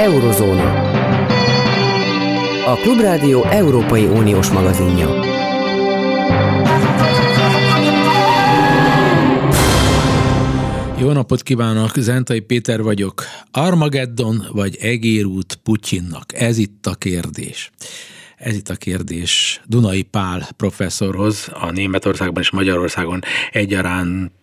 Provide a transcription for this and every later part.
Eurozóna. A Klubrádió Európai Uniós magazinja. Jó napot kívánok, Zentai Péter vagyok. Armageddon vagy egérút Putyinnak? Ez itt a kérdés. Ez itt a kérdés Dunai Pál professzorhoz, a Németországban és Magyarországon egyaránt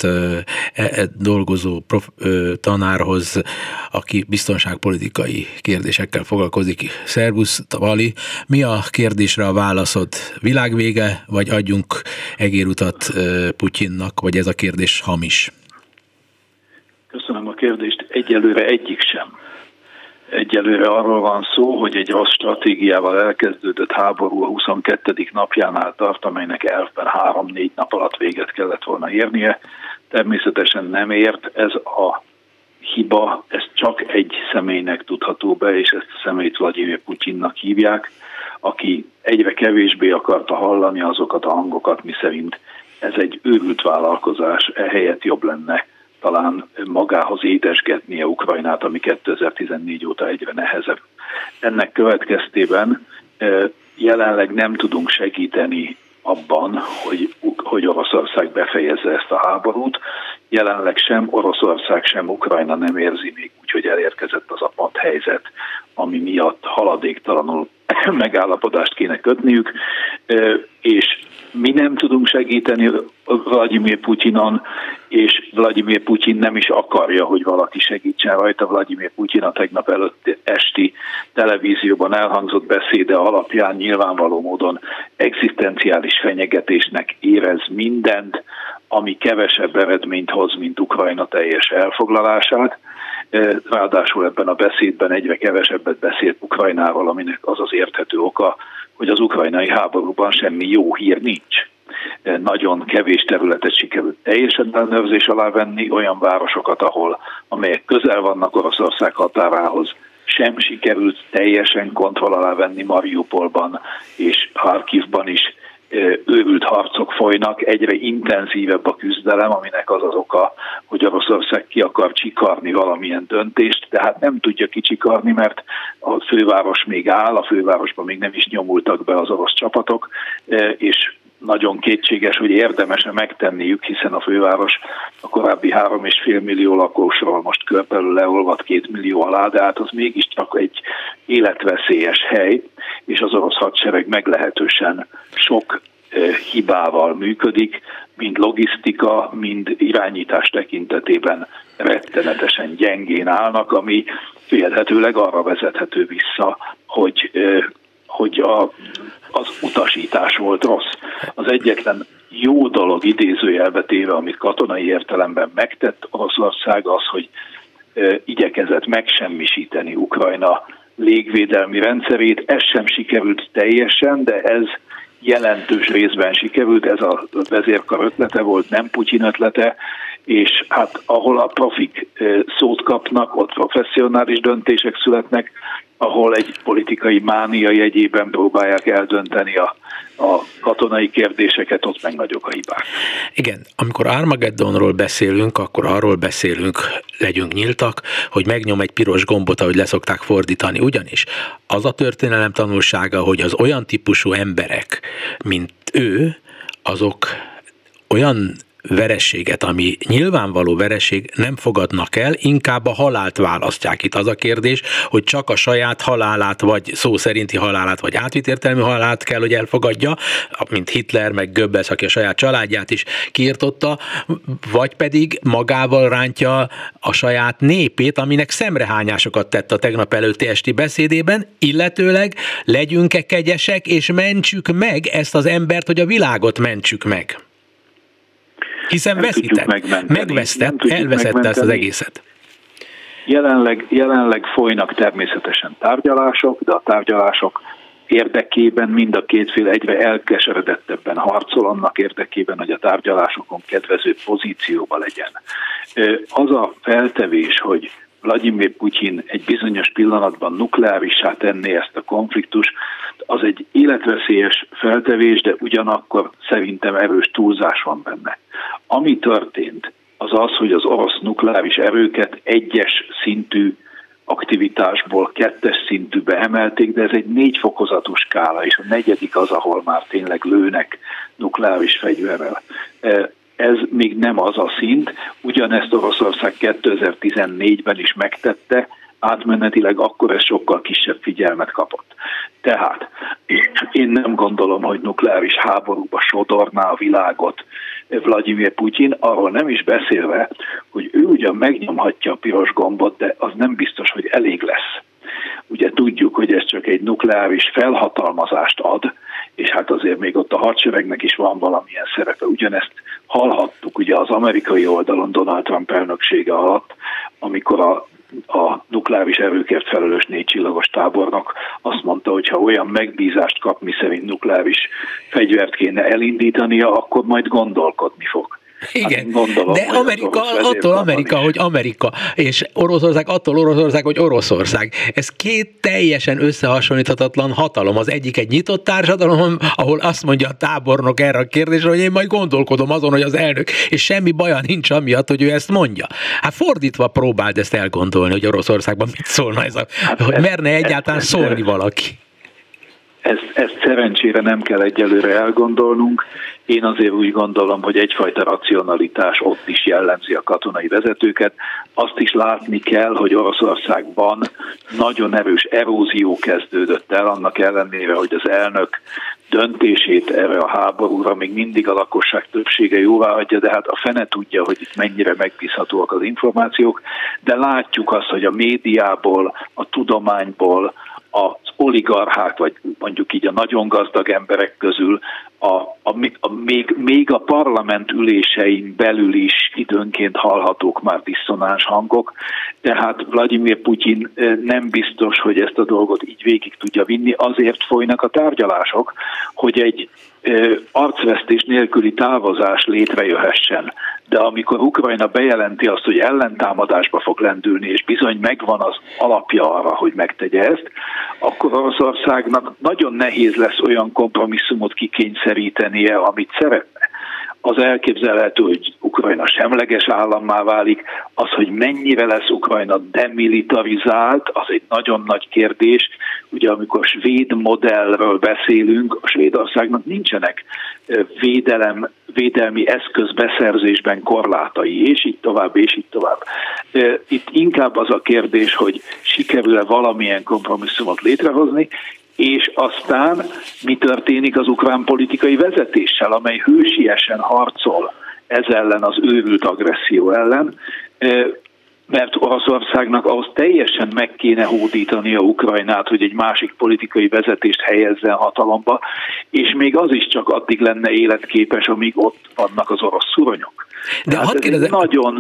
dolgozó tanárhoz, aki biztonságpolitikai kérdésekkel foglalkozik. Szervusz, Vali! Mi a kérdésre a válaszod? Világvége, vagy adjunk egérutat Putyinnak, vagy ez a kérdés hamis? Köszönöm a kérdést. Egyelőre egyik sem. Egyelőre arról van szó, hogy egy rossz stratégiával elkezdődött háború a 22. napjánál tart, amelynek elvben 3-4 nap alatt véget kellett volna érnie. Természetesen nem ért. Ez a hiba, ez csak egy személynek tudható be, és ezt a személyt Vlagyimir Putyinnak hívják, aki egyre kevésbé akarta hallani azokat a hangokat, miszerint ez egy őrült vállalkozás, ehelyett jobb lenne talán magához édesgetnie Ukrajnát, ami 2014 óta egyre nehezebb. Ennek következtében jelenleg nem tudunk segíteni abban, hogy Oroszország befejezze ezt a háborút. Jelenleg sem Oroszország, sem Ukrajna nem érzi még úgy, hogy elérkezett az a padhelyzet, ami miatt haladéktalanul megállapodást kéne kötniük, és mi nem tudunk segíteni Vlagyimir Putyinon, és Vlagyimir Putyin nem is akarja, hogy valaki segítsen rajta. Vlagyimir Putyin a tegnap előtt esti televízióban elhangzott beszéde alapján nyilvánvaló módon egzisztenciális fenyegetésnek érez mindent, ami kevesebb eredményt hoz, mint Ukrajna teljes elfoglalását. Ráadásul ebben a beszédben egyre kevesebbet beszélt Ukrajnáról, aminek az az érthető oka, hogy az ukrajnai háborúban semmi jó hír nincs. Nagyon kevés területet sikerült teljesen ellenőrzés alá venni, olyan városokat, amelyek közel vannak Oroszország határához, sem sikerült teljesen kontroll alá venni. Mariupolban és Harkivban is őrült harcok folynak, egyre intenzívebb a küzdelem, aminek az az oka, hogy Oroszország ki akar csikarni valamilyen döntést, de hát nem tudja kicsikarni, mert a főváros még áll, a fővárosban még nem is nyomultak be az orosz csapatok, és nagyon kétséges, hogy érdemes-e megtenniük, hiszen a főváros a korábbi 3,5 millió lakosról most körülbelül leolvad 2 millió alá, de hát az mégiscsak egy életveszélyes hely, és az orosz hadsereg meglehetősen sok hibával működik, mind logisztika, mind irányítás tekintetében rettenetesen gyengén állnak, ami félhetőleg arra vezethető vissza, hogy az utasítás volt rossz. Az egyetlen jó dolog idézőjelbe téve, amit katonai értelemben megtett Oroszország, az, hogy igyekezett megsemmisíteni Ukrajna légvédelmi rendszerét. Ez sem sikerült teljesen, de ez jelentős részben sikerült, ez a vezérkar ötlete volt, nem Putyin ötlete, és hát ahol a profik szót kapnak, ott professzionális döntések születnek, ahol egy politikai mánia jegyében próbálják eldönteni a katonai kérdéseket, ott meg nagyok a hibák. Igen, amikor Armageddonról beszélünk, akkor arról beszélünk, legyünk nyíltak, hogy megnyom egy piros gombot, ahogy leszokták fordítani. Ugyanis az a történelem tanulsága, hogy az olyan típusú emberek, mint ő, azok olyan vereséget, ami nyilvánvaló vereség, nem fogadnak el, inkább a halált választják. Itt az a kérdés, hogy csak a saját halálát, vagy szó szerinti halálát, vagy átvitt értelmű halálát kell, hogy elfogadja, mint Hitler, meg Goebbels, aki a saját családját is kiirtotta, vagy pedig magával rántja a saját népét, aminek szemrehányásokat tett a tegnap előtti esti beszédében, illetőleg legyünk-e kegyesek, és mentsük meg ezt az embert, hogy a világot mentsük meg. Hiszen megvesztett, elveszette ezt az egészet. Jelenleg folynak természetesen tárgyalások, de a tárgyalások érdekében mind a két fél egyre elkeseredettebben harcol, annak érdekében, hogy a tárgyalásokon kedvező pozícióba legyen. Az a feltevés, hogy Vlagyimir Putyin egy bizonyos pillanatban nukleárissá tenné ezt a konfliktust, az egy életveszélyes feltevés, de ugyanakkor szerintem erős túlzás van benne. Ami történt, az az, hogy az orosz nukleáris erőket egyes szintű aktivitásból 2-es szintűbe emelték, de ez egy 4 fokozatos skála, és a 4. az, ahol már tényleg lőnek nukleáris fegyverrel. Ez még nem az a szint, ugyanezt Oroszország 2014-ben is megtette, átmenetileg akkor ez sokkal kisebb figyelmet kapott. Tehát én nem gondolom, hogy nukleáris háborúba sodorná a világot Vladimir Putyin, arról nem is beszélve, hogy ő ugyan megnyomhatja a piros gombot, de az nem biztos, hogy elég lesz. Ugye tudjuk, hogy ez csak egy nukleáris felhatalmazást ad, és hát azért még ott a hadseregnek is van valamilyen szerepe. Ugyanezt hallhattuk ugye az amerikai oldalon Donald Trump elnöksége alatt, amikor a nukleáris erőkért felelős 4 csillagos tábornok azt mondta, hogy ha olyan megbízást kap, miszerint nukleáris fegyvert kéne elindítania, akkor majd gondolkodni fog. Igen, hát gondolom, de Amerika attól Amerika, hogy Amerika, és Oroszország attól Oroszország, hogy Oroszország. Ez 2 teljesen összehasonlíthatatlan hatalom. Az egyik egy nyitott társadalom, ahol azt mondja a tábornok erre a kérdésre, hogy én majd gondolkodom azon, hogy az elnök, és semmi baja nincs amiatt, hogy ő ezt mondja. Hát fordítva próbáld ezt elgondolni, hogy Oroszországban mit szólna ez hogy merne egyáltalán szólni valaki. Ezt szerencsére nem kell egyelőre elgondolnunk. Én azért úgy gondolom, hogy egyfajta racionalitás ott is jellemzi a katonai vezetőket. Azt is látni kell, hogy Oroszországban nagyon erős erózió kezdődött el, annak ellenére, hogy az elnök döntését erre a háborúra még mindig a lakosság többsége jóváhagyja, de hát a fene tudja, hogy itt mennyire megbízhatóak az információk, de látjuk azt, hogy a médiából, a tudományból, az oligarchák, vagy mondjuk így a nagyon gazdag emberek közül még a parlament ülésein belül is időnként hallhatók már diszonáns hangok, tehát Vladimir Putyin nem biztos, hogy ezt a dolgot így végig tudja vinni, azért folynak a tárgyalások, hogy egy arcvesztés nélküli távozás létrejöhessen. De amikor Ukrajna bejelenti azt, hogy ellentámadásba fog lendülni, és bizony megvan az alapja arra, hogy megtegye ezt, akkor Oroszországnak nagyon nehéz lesz olyan kompromisszumot kikényszerítenie, amit szeretne. Az elképzelhető, hogy Ukrajna semleges állammá válik, az, hogy mennyire lesz Ukrajna demilitarizált, az egy nagyon nagy kérdés. Ugye amikor svéd modellről beszélünk, a Svédországnak nincsenek védelmi eszközbeszerzésben korlátai, és így tovább, és így tovább. Itt inkább az a kérdés, hogy sikerül-e valamilyen kompromisszumot létrehozni, és aztán mi történik az ukrán politikai vezetéssel, amely hősiesen harcol ez ellen, az őrült agresszió ellen, mert Oroszországnak ahhoz teljesen meg kéne hódítani a Ukrajnát, hogy egy másik politikai vezetést helyezzen hatalomba, és még az is csak addig lenne életképes, amíg ott vannak az orosz szuronyok. De hadd kérdezem, nagyon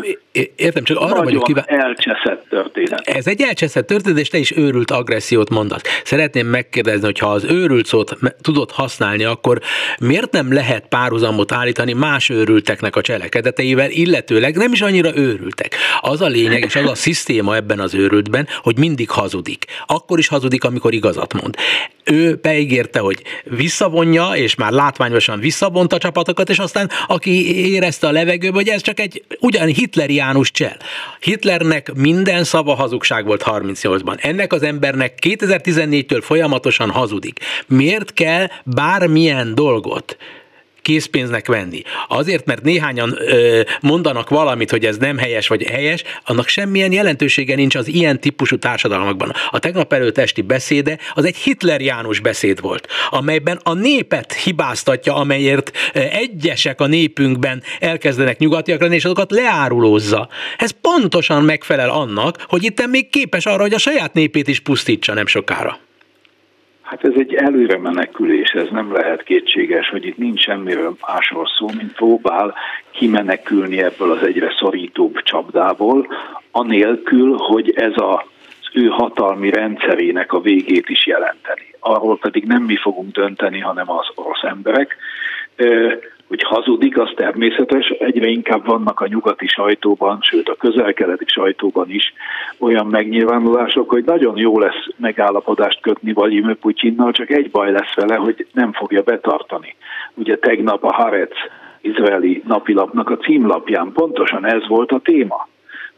elcseszett történet. Ez egy elcseszett történet, és te is őrült agressziót mondasz. Szeretném megkérdezni, hogy ha az őrült szót tudod használni, akkor miért nem lehet párhuzamot állítani más őrülteknek a cselekedeteivel, illetőleg nem is annyira őrültek. Az a lényeg, és az a szisztéma ebben az őrültben, hogy mindig hazudik. Akkor is hazudik, amikor igazat mond. Ő beígérte, hogy visszavonja, és már látványosan visszavonta a csapatokat, és aztán aki érezte a levegőben, hogy ez csak egy ugyan hitleriánus csel. Hitlernek minden szava hazugság volt 38-ban. Ennek az embernek 2014-től folyamatosan hazudik. Miért kell bármilyen dolgot készpénznek venni? Azért, mert néhányan mondanak valamit, hogy ez nem helyes vagy helyes, annak semmilyen jelentősége nincs az ilyen típusú társadalmakban. A tegnap előtt esti beszéde az egy hitleriánus beszéd volt, amelyben a népet hibáztatja, amelyért egyesek a népünkben elkezdenek nyugatiak lenni, és azokat leárulózza. Ez pontosan megfelel annak, hogy itt még képes arra, hogy a saját népét is pusztítsa nem sokára. Hát ez egy előre menekülés, ez nem lehet kétséges, hogy itt nincs semmiről másról szó, mint próbál kimenekülni ebből az egyre szorítóbb csapdából, anélkül, hogy ez az ő hatalmi rendszerének a végét is jelenteni. Arról pedig nem mi fogunk dönteni, hanem az orosz emberek. Hogy hazudik, az természetes, egyre inkább vannak a nyugati sajtóban, sőt a közel-keleti sajtóban is olyan megnyilvánulások, hogy nagyon jó lesz megállapodást kötni Vladimir Putyinnal, csak egy baj lesz vele, hogy nem fogja betartani. Ugye tegnap a Haaretz izraeli napilapnak a címlapján pontosan ez volt a téma,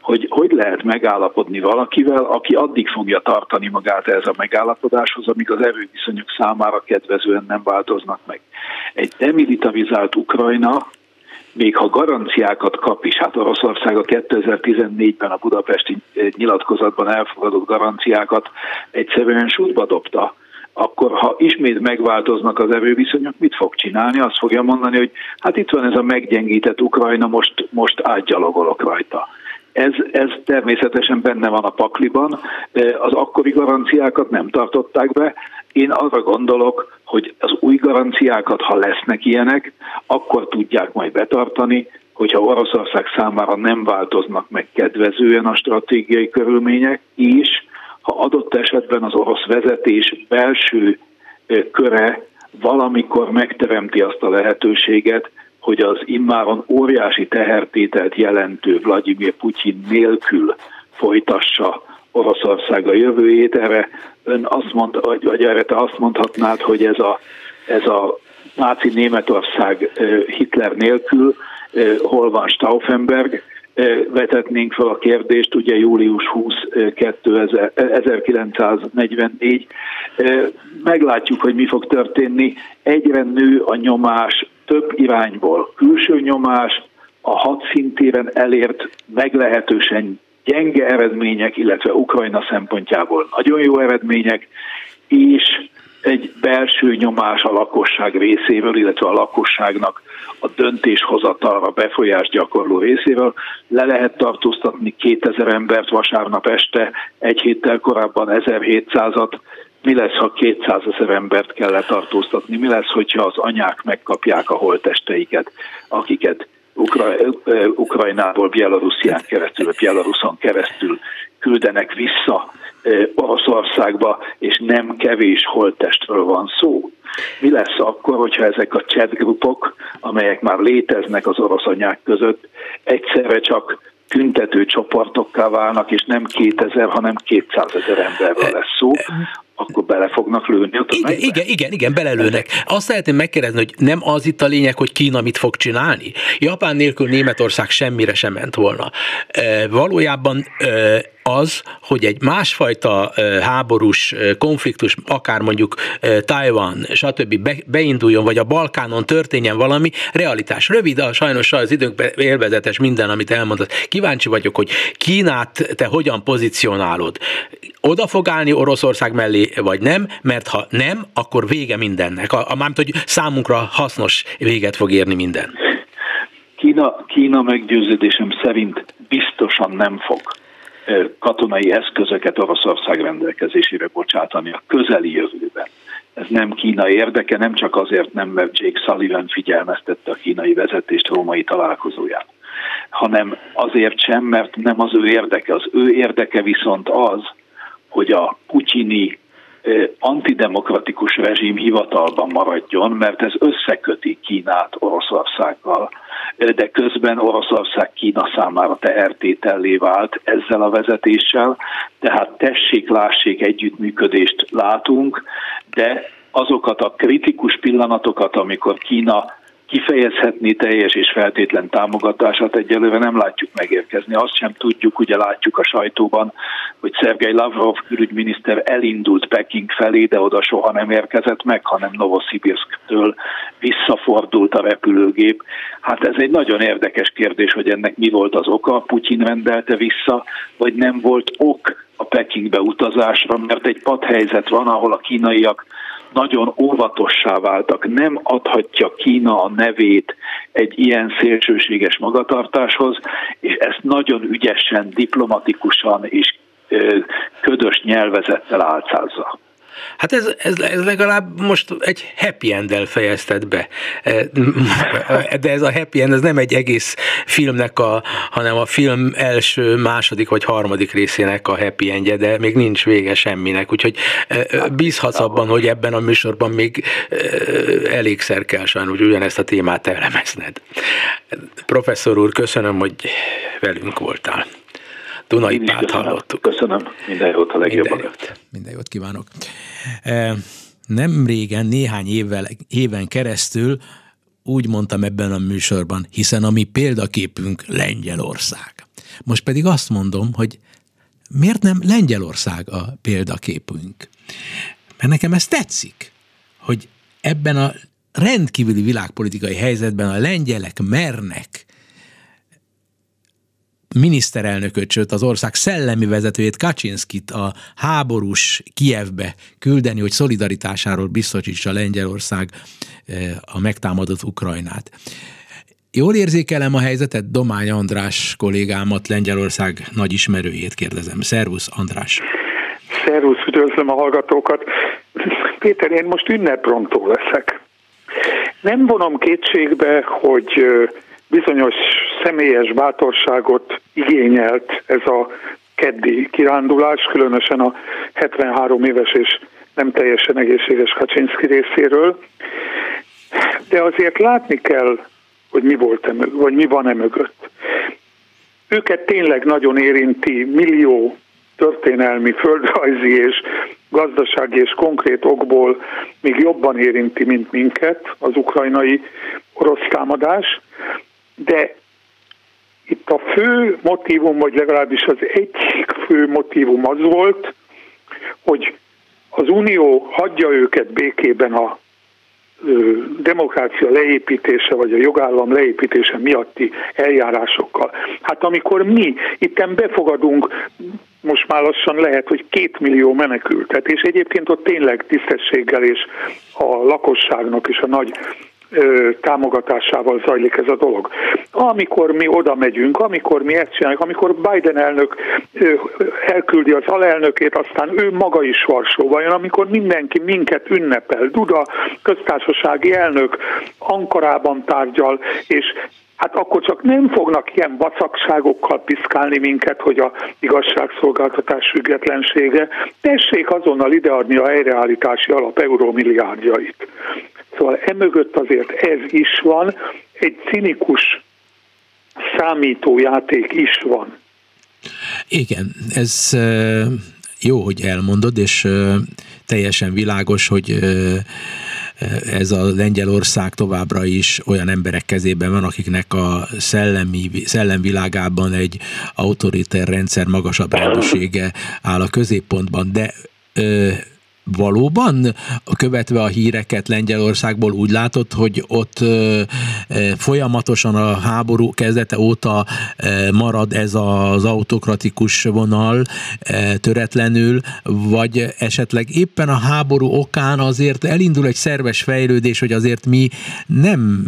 hogy lehet megállapodni valakivel, aki addig fogja tartani magát ez a megállapodáshoz, amíg az erőviszonyok számára kedvezően nem változnak meg. Egy demilitarizált Ukrajna, még ha garanciákat kap is, hát Oroszország a 2014-ben a budapesti nyilatkozatban elfogadott garanciákat egyszerűen sútba dobta, akkor ha ismét megváltoznak az erőviszonyok, mit fog csinálni? Azt fogja mondani, hogy hát itt van ez a meggyengített Ukrajna, most átgyalogolok rajta. Ez természetesen benne van a pakliban, az akkori garanciákat nem tartották be. Én arra gondolok, hogy az új garanciákat, ha lesznek ilyenek, akkor tudják majd betartani, hogyha Oroszország számára nem változnak meg kedvezően a stratégiai körülmények, és ha adott esetben az orosz vezetés belső köre valamikor megteremti azt a lehetőséget, hogy az immáron óriási tehertételt jelentő Vladimir Putyin nélkül folytassa Oroszország a jövőjét. Erre ön azt mondta, vagy erre te azt mondhatnád, hogy ez a náci Németország Hitler nélkül, hol van Stauffenberg? Vetetnénk fel a kérdést, ugye július 20. 1944. Meglátjuk, hogy mi fog történni. Egyre nő a nyomás több irányból. Külső nyomás, a hadszintéren elért meglehetősen gyenge eredmények, illetve Ukrajna szempontjából nagyon jó eredmények, és egy belső nyomás a lakosság részéről, illetve a lakosságnak a döntéshozatalra befolyás gyakorló részéről. Le lehet tartóztatni 2000 embert vasárnap este, egy héttel korábban 1700-at. Mi lesz, ha 200 000 embert kell letartóztatni? Mi lesz, hogyha az anyák megkapják a holttesteiket, akiket Ukrajnából Belaruson keresztül küldenek vissza Oroszországba, és nem kevés holttestről van szó. Mi lesz akkor, hogyha ezek a chatgrupok, amelyek már léteznek az orosz anyák között, egyszerre csak tüntető csoportokká válnak, és nem 2000, hanem 200 000 emberről lesz szó, akkor bele fognak lőni. Igen, belelőnek. Azt szeretném megkérdezni, hogy nem az itt a lényeg, hogy Kína mit fog csinálni? Japán nélkül Németország semmire sem ment volna. Valójában az, hogy egy másfajta háborús konfliktus, akár mondjuk Tajvan, stb. Beinduljon, vagy a Balkánon történjen valami, realitás. Rövid, sajnos az időnkben élvezetes minden, amit elmondasz. Kíváncsi vagyok, hogy Kínát te hogyan pozícionálod. Oda fog állni Oroszország mellé, vagy nem, mert ha nem, akkor vége mindennek. Mármint, hogy számunkra hasznos véget fog érni minden. Kína meggyőződésem szerint biztosan nem fog katonai eszközöket Oroszország rendelkezésére bocsátani a közeli jövőben. Ez nem Kína érdeke, nem csak azért nem, mert Jake Sullivan figyelmeztette a kínai vezetést római találkozóján, hanem azért sem, mert nem az ő érdeke. Az ő érdeke viszont az, hogy a putyini antidemokratikus rezsim hivatalban maradjon, mert ez összeköti Kínát Oroszországgal, de közben Oroszország Kína számára tehertétellé vált ezzel a vezetéssel, tehát tessék-lássék együttműködést látunk, de azokat a kritikus pillanatokat, amikor Kína kifejezhetni teljes és feltétlen támogatását egyelőre nem látjuk megérkezni. Azt sem tudjuk, ugye látjuk a sajtóban, hogy Szergej Lavrov külügyminiszter elindult Peking felé, de oda soha nem érkezett meg, hanem Novoszibirszktől visszafordult a repülőgép. Hát ez egy nagyon érdekes kérdés, hogy ennek mi volt az oka, Putyin rendelte vissza, vagy nem volt ok a Pekingbe utazásra, mert egy padhelyzet van, ahol a kínaiak nagyon óvatossá váltak. Nem adhatja Kína a nevét egy ilyen szélsőséges magatartáshoz, és ezt nagyon ügyesen, diplomatikusan és ködös nyelvezettel álcázza. Hát ez legalább most egy happy end-del fejezted be. De ez a happy end, ez nem egy egész filmnek, hanem a film első, második vagy harmadik részének a happy endje, de még nincs vége semminek. Úgyhogy bízhatsz abban, hogy ebben a műsorban még elégszer kell sajnos ugyanezt a témát elemezned. Professzor úr, köszönöm, hogy velünk voltál. Dunai Pált hallottuk. Köszönöm, minden jót, a legjobbat. Minden jót kívánok. Nem régen, néhány éven keresztül úgy mondtam ebben a műsorban, hiszen a mi példaképünk Lengyelország. Most pedig azt mondom, hogy miért nem Lengyelország a példaképünk? Mert nekem ez tetszik, hogy ebben a rendkívüli világpolitikai helyzetben a lengyelek mernek miniszterelnököt, sőt az ország szellemi vezetőjét, Kaczynszkit a háborús Kijevbe küldeni, hogy szolidaritásáról biztosítsa Lengyelország a megtámadott Ukrajnát. Jól érzékelem a helyzetet? Domány András kollégámat, Lengyelország nagy ismerőjét kérdezem. Szervusz, András! Szervusz, üdvözlöm a hallgatókat! Péter, én most ünneprontó leszek. Nem vonom kétségbe, hogy bizonyos személyes bátorságot igényelt ez a keddi kirándulás, különösen a 73 éves és nem teljesen egészséges Kaczynszki részéről, de azért látni kell, hogy mi van mögött. Őket tényleg nagyon érinti millió történelmi, földrajzi és gazdasági és konkrét okból még jobban érinti, mint minket az ukrajnai orosz támadás, de itt a fő motívum, vagy legalábbis az egyik fő motívum az volt, hogy az Unió hagyja őket békében a demokrácia leépítése, vagy a jogállam leépítése miatti eljárásokkal. Hát amikor mi itten befogadunk, most már lassan lehet, hogy 2 millió menekültet, és egyébként ott tényleg tisztességgel és a lakosságnak és a nagy támogatásával zajlik ez a dolog. Amikor mi oda megyünk, amikor mi ezt csináljuk, amikor Biden elnök elküldi az alelnökét, aztán ő maga is Varsóba jön, amikor mindenki minket ünnepel, Duda köztársasági elnök Ankarában tárgyal, és hát akkor csak nem fognak ilyen vacakságokkal piszkálni minket, hogy a igazságszolgáltatás függetlensége. Tessék azonnal ideadni a helyreállítási alap eurómilliárdjait. Szóval emögött azért ez is van, egy cinikus számítójáték is van. Igen, ez jó, hogy elmondod, és teljesen világos, hogy ez a Lengyelország továbbra is olyan emberek kezében van, akiknek a szellemvilágában egy autoriter rendszer magasabb rendőrsége áll a középpontban, de valóban követve a híreket Lengyelországból úgy látod, hogy ott folyamatosan a háború kezdete óta marad ez az autokratikus vonal töretlenül, vagy esetleg éppen a háború okán azért elindul egy szerves fejlődés, hogy azért mi nem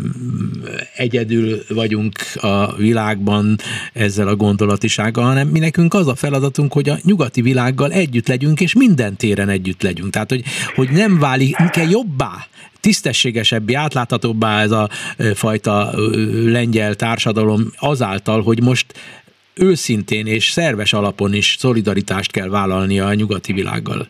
egyedül vagyunk a világban ezzel a gondolatisággal, hanem mi nekünk az a feladatunk, hogy a nyugati világgal együtt legyünk, és minden téren együtt legyünk. Tehát, hogy nem válik-e jobbá, tisztességesebbé, átláthatóbbá ez a fajta lengyel társadalom azáltal, hogy most őszintén és szerves alapon is szolidaritást kell vállalnia a nyugati világgal.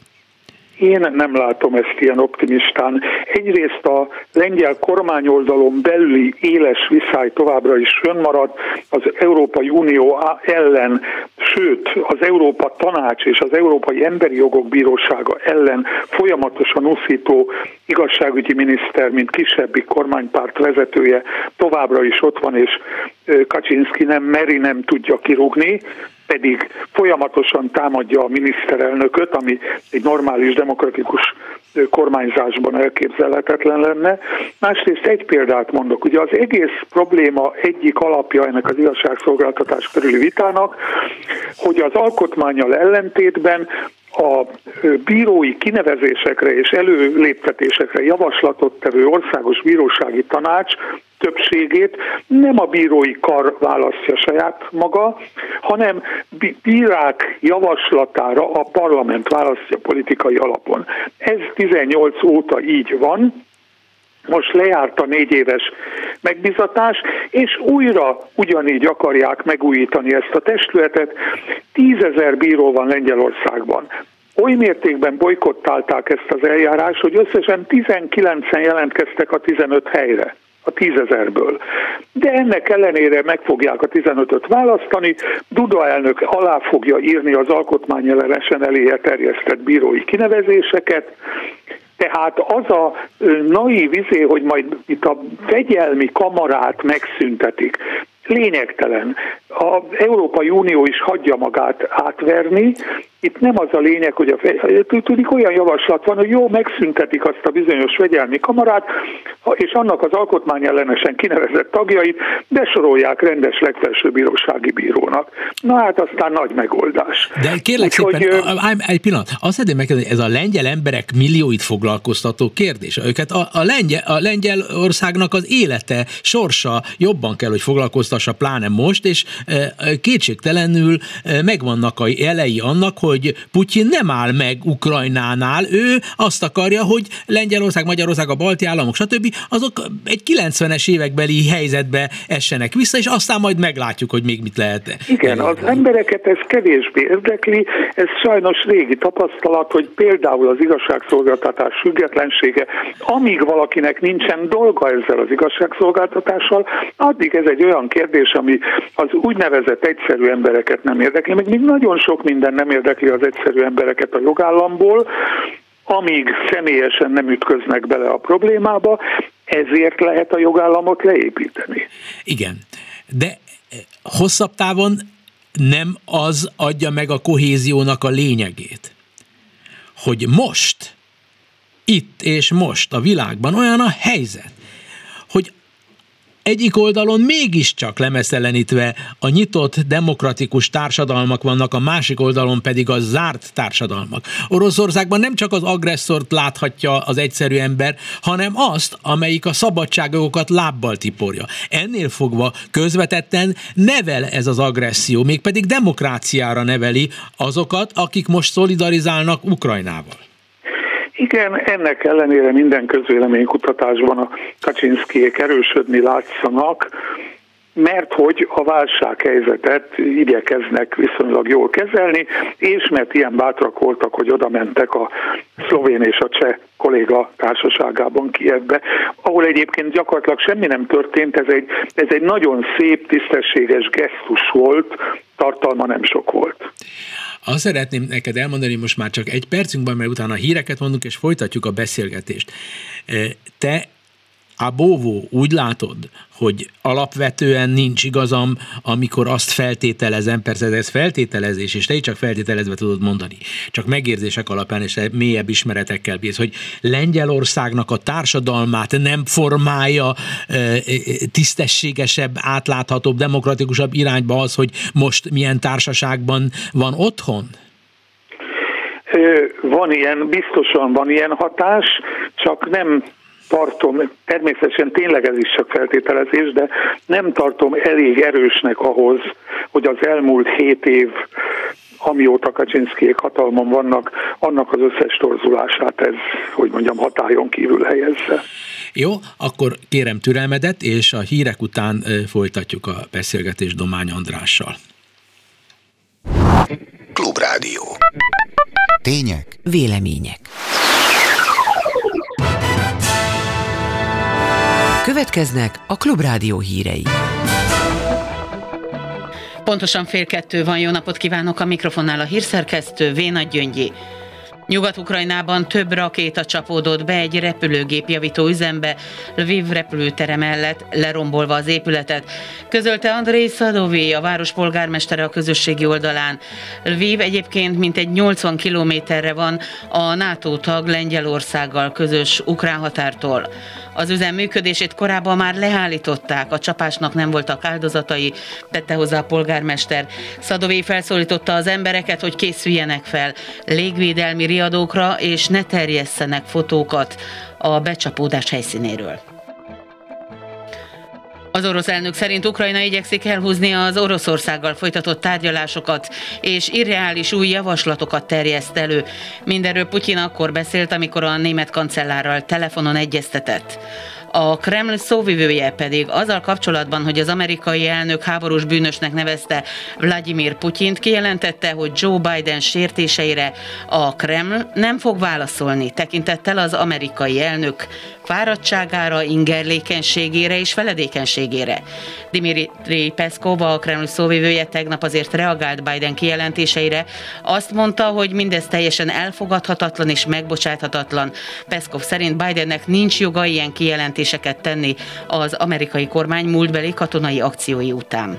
Én nem látom ezt ilyen optimistán. Egyrészt a lengyel kormányoldalon belüli éles viszály továbbra is fönnmarad az Európai Unió ellen, sőt az Európa Tanács és az Európai Emberi Jogok Bírósága ellen folyamatosan uszító igazságügyi miniszter, mint kisebbik kormánypárt vezetője továbbra is ott van, és Kaczynszki nem tudja kirúgni, pedig folyamatosan támadja a miniszterelnököt, ami egy normális demokratikus kormányzásban elképzelhetetlen lenne. Másrészt egy példát mondok, ugye az egész probléma egyik alapja ennek az igazságszolgáltatás körüli vitának, hogy az alkotmánnyal ellentétben a bírói kinevezésekre és előléptetésekre javaslatot tevő országos bírósági tanács többségét nem a bírói kar választja saját maga, hanem bírák javaslatára a parlament választja politikai alapon. Ez 18 óta így van, most lejárt a 4 éves megbízatás, és újra ugyanígy akarják megújítani ezt a testületet. 10 000 bíró van Lengyelországban. Oly mértékben bojkottálták ezt az eljárást, hogy összesen 19-en jelentkeztek a 15 helyre, a 10 000-ből. De ennek ellenére meg fogják a 15-öt választani, Duda elnök alá fogja írni az alkotmányellenesen eléje terjesztett bírói kinevezéseket, tehát az a naív izé, hogy majd itt a fegyelmi kamarát megszüntetik. lényegtelen. Az Európai Unió is hagyja magát átverni. Itt nem az a lényeg, hogy tudjuk, olyan javaslat van, hogy jó, megszüntetik azt a bizonyos fegyelmi kamarát, és annak az alkotmányellenesen kinevezett tagjait besorolják rendes legfelsőbb bírósági bírónak. Na hát aztán nagy megoldás. De kérlek szépen, egy pillanat, azt szeretném megkérdezni, ez a lengyel emberek millióit foglalkoztató kérdés. Őket a Lengyelországnak az élete, sorsa jobban kell, hogy foglalkoztassa, pláne most, és kétségtelenül megvannak a jelei annak, hogy Putyin nem áll meg Ukrajnánál, ő azt akarja, hogy Lengyelország, Magyarország, a balti államok, stb. Azok egy 90-es évekbeli helyzetbe essenek vissza, és aztán majd meglátjuk, hogy még mit lehet. Igen, az embereket ez kevésbé érdekli, ez sajnos régi tapasztalat, hogy például az igazságszolgáltatás függetlensége, amíg valakinek nincsen dolga ezzel az igazságszolgáltatással, addig ez egy olyan kérdés, ami az úgynevezett egyszerű embereket nem érdekli, meg még nagyon sok minden nem érdekli az egyszerű embereket a jogállamból, amíg személyesen nem ütköznek bele a problémába, ezért lehet a jogállamot leépíteni. Igen, de hosszabb távon nem az adja meg a kohéziónak a lényegét, hogy most, itt és most a világban olyan a helyzet, hogy egyik oldalon mégiscsak lemeztelenítve a nyitott demokratikus társadalmak vannak, a másik oldalon pedig a zárt társadalmak. Oroszországban nem csak az agresszort láthatja az egyszerű ember, hanem azt, amelyik a szabadságjogokat lábbal tiporja. Ennél fogva közvetetten nevel ez az agresszió, mégpedig demokráciára neveli azokat, akik most szolidarizálnak Ukrajnával. Igen, ennek ellenére minden közvéleménykutatásban a Kaczynszkijék erősödni látszanak, mert hogy a válsághelyzetet igyekeznek viszonylag jól kezelni, és mert ilyen bátrak voltak, hogy oda mentek a szlovén és a cseh kolléga társaságában Kijevbe, ahol egyébként gyakorlatilag semmi nem történt, ez egy nagyon szép, tisztességes gesztus volt, tartalma nem sok volt. Azt szeretném neked elmondani, most már csak egy percünkben, mert utána híreket mondunk, és folytatjuk a beszélgetést. Te, Abóvó, úgy látod, hogy alapvetően nincs igazam, amikor azt feltételezem, persze ez feltételezés, és te így csak feltételezve tudod mondani, csak megérzések alapján és mélyebb ismeretekkel bírsz, hogy Lengyelországnak a társadalmát nem formálja tisztességesebb, átláthatóbb, demokratikusabb irányba az, hogy most milyen társaságban van otthon? Van ilyen, biztosan van ilyen hatás, csak nem tartom, természetesen tényleg ez is csak feltételezés, de nem tartom elég erősnek ahhoz, hogy az elmúlt 7 év, amióta Kaczynszkijék hatalmon vannak, annak az összes torzulását ez, hogy mondjam, hatályon kívül helyezze. Jó, akkor kérem türelmedet, és a hírek után folytatjuk a beszélgetést Domány Andrással. Klubrádió. Tények. Vélemények. Következnek a Klubrádió hírei. Pontosan 1:30 van, jó napot kívánok, a mikrofonnál a hírszerkesztő Vénagy Gyöngyi. Nyugat-Ukrajnában több rakéta csapódott be egy repülőgép javító üzembe, Lviv repülőtere mellett, lerombolva az épületet. Közölte Andrej Szadovij, a város polgármestere a közösségi oldalán. Lviv egyébként mintegy 80 kilométerre van a NATO tag Lengyelországgal közös ukrán határtól. Az üzem működését korábban már leállították, a csapásnak nem voltak áldozatai, tette hozzá a polgármester. Szadovij felszólította az embereket, hogy készüljenek fel légvédelmi riadókra, és ne terjesszenek fotókat a becsapódás helyszínéről. Az orosz elnök szerint Ukrajna igyekszik elhúzni az Oroszországgal folytatott tárgyalásokat, és irreális új javaslatokat terjeszt elő. Mindenről Putyin akkor beszélt, amikor a német kancellárral telefonon egyeztetett. A Kreml szóvivője pedig azzal kapcsolatban, hogy az amerikai elnök háborús bűnösnek nevezte Vladimir Putyint, kijelentette, hogy Joe Biden sértéseire a Kreml nem fog válaszolni, tekintettel az amerikai elnök fáradtságára, ingerlékenységére és feledékenységére. Dmitry Peszkov, a Kreml szóvivője tegnap azért reagált Biden kijelentéseire. Azt mondta, hogy mindez teljesen elfogadhatatlan és megbocsáthatatlan. Peszkov szerint Bidennek nincs joga ilyen kijelentésre bejelentéseket tenni az amerikai kormány múltbeli katonai akciói után.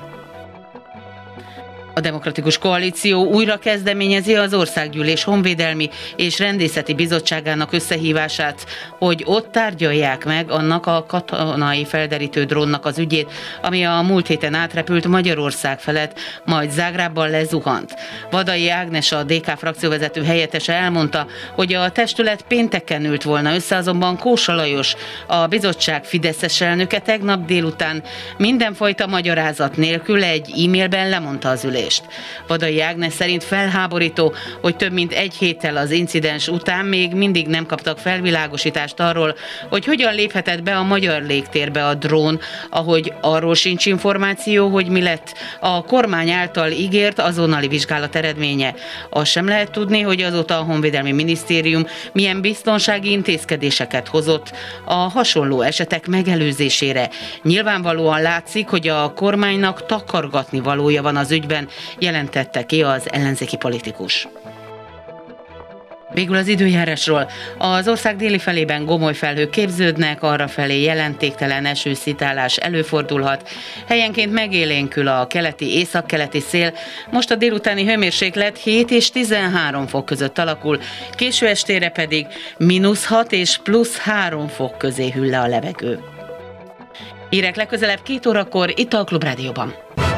A Demokratikus Koalíció újra kezdeményezi az Országgyűlés Honvédelmi és Rendészeti Bizottságának összehívását, hogy ott tárgyalják meg annak a katonai felderítő drónnak az ügyét, ami a múlt héten átrepült Magyarország felett, majd Zágrábban lezuhant. Vadai Ágnes, a DK frakcióvezető helyettese elmondta, hogy a testület pénteken ült volna össze, azonban Kósa Lajos, a bizottság fideszes elnöke tegnap délután mindenfajta magyarázat nélkül egy e-mailben lemondta az ülést. Vadai Ágnes szerint felháborító, hogy több mint egy héttel az incidens után még mindig nem kaptak felvilágosítást arról, hogy hogyan léphetett be a magyar légtérbe a drón, ahogy arról sincs információ, hogy mi lett a kormány által ígért azonnali vizsgálat eredménye. Azt sem lehet tudni, hogy azóta a Honvédelmi Minisztérium milyen biztonsági intézkedéseket hozott a hasonló esetek megelőzésére. Nyilvánvalóan látszik, hogy a kormánynak takargatni valója van az ügyben, jelentette ki az ellenzéki politikus. Végül az időjárásról. Az ország déli felében gomoly felhők képződnek, arrafelé jelentéktelen esőszitálás előfordulhat. Helyenként megélénkül a keleti, északkeleti szél. Most a délutáni hőmérséklet 7 és 13 fok között alakul, késő estére pedig -6 és +3 fok közé hűl le a levegő. Hírek legközelebb 2 órakor itt a Klubrádióban.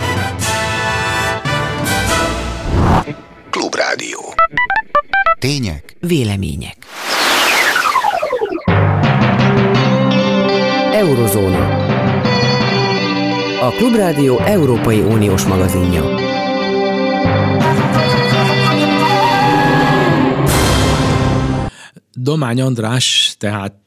Klubrádió. Tények. Vélemények. Eurozóna. A Klubrádió Európai Uniós magazinja. Domány András tehát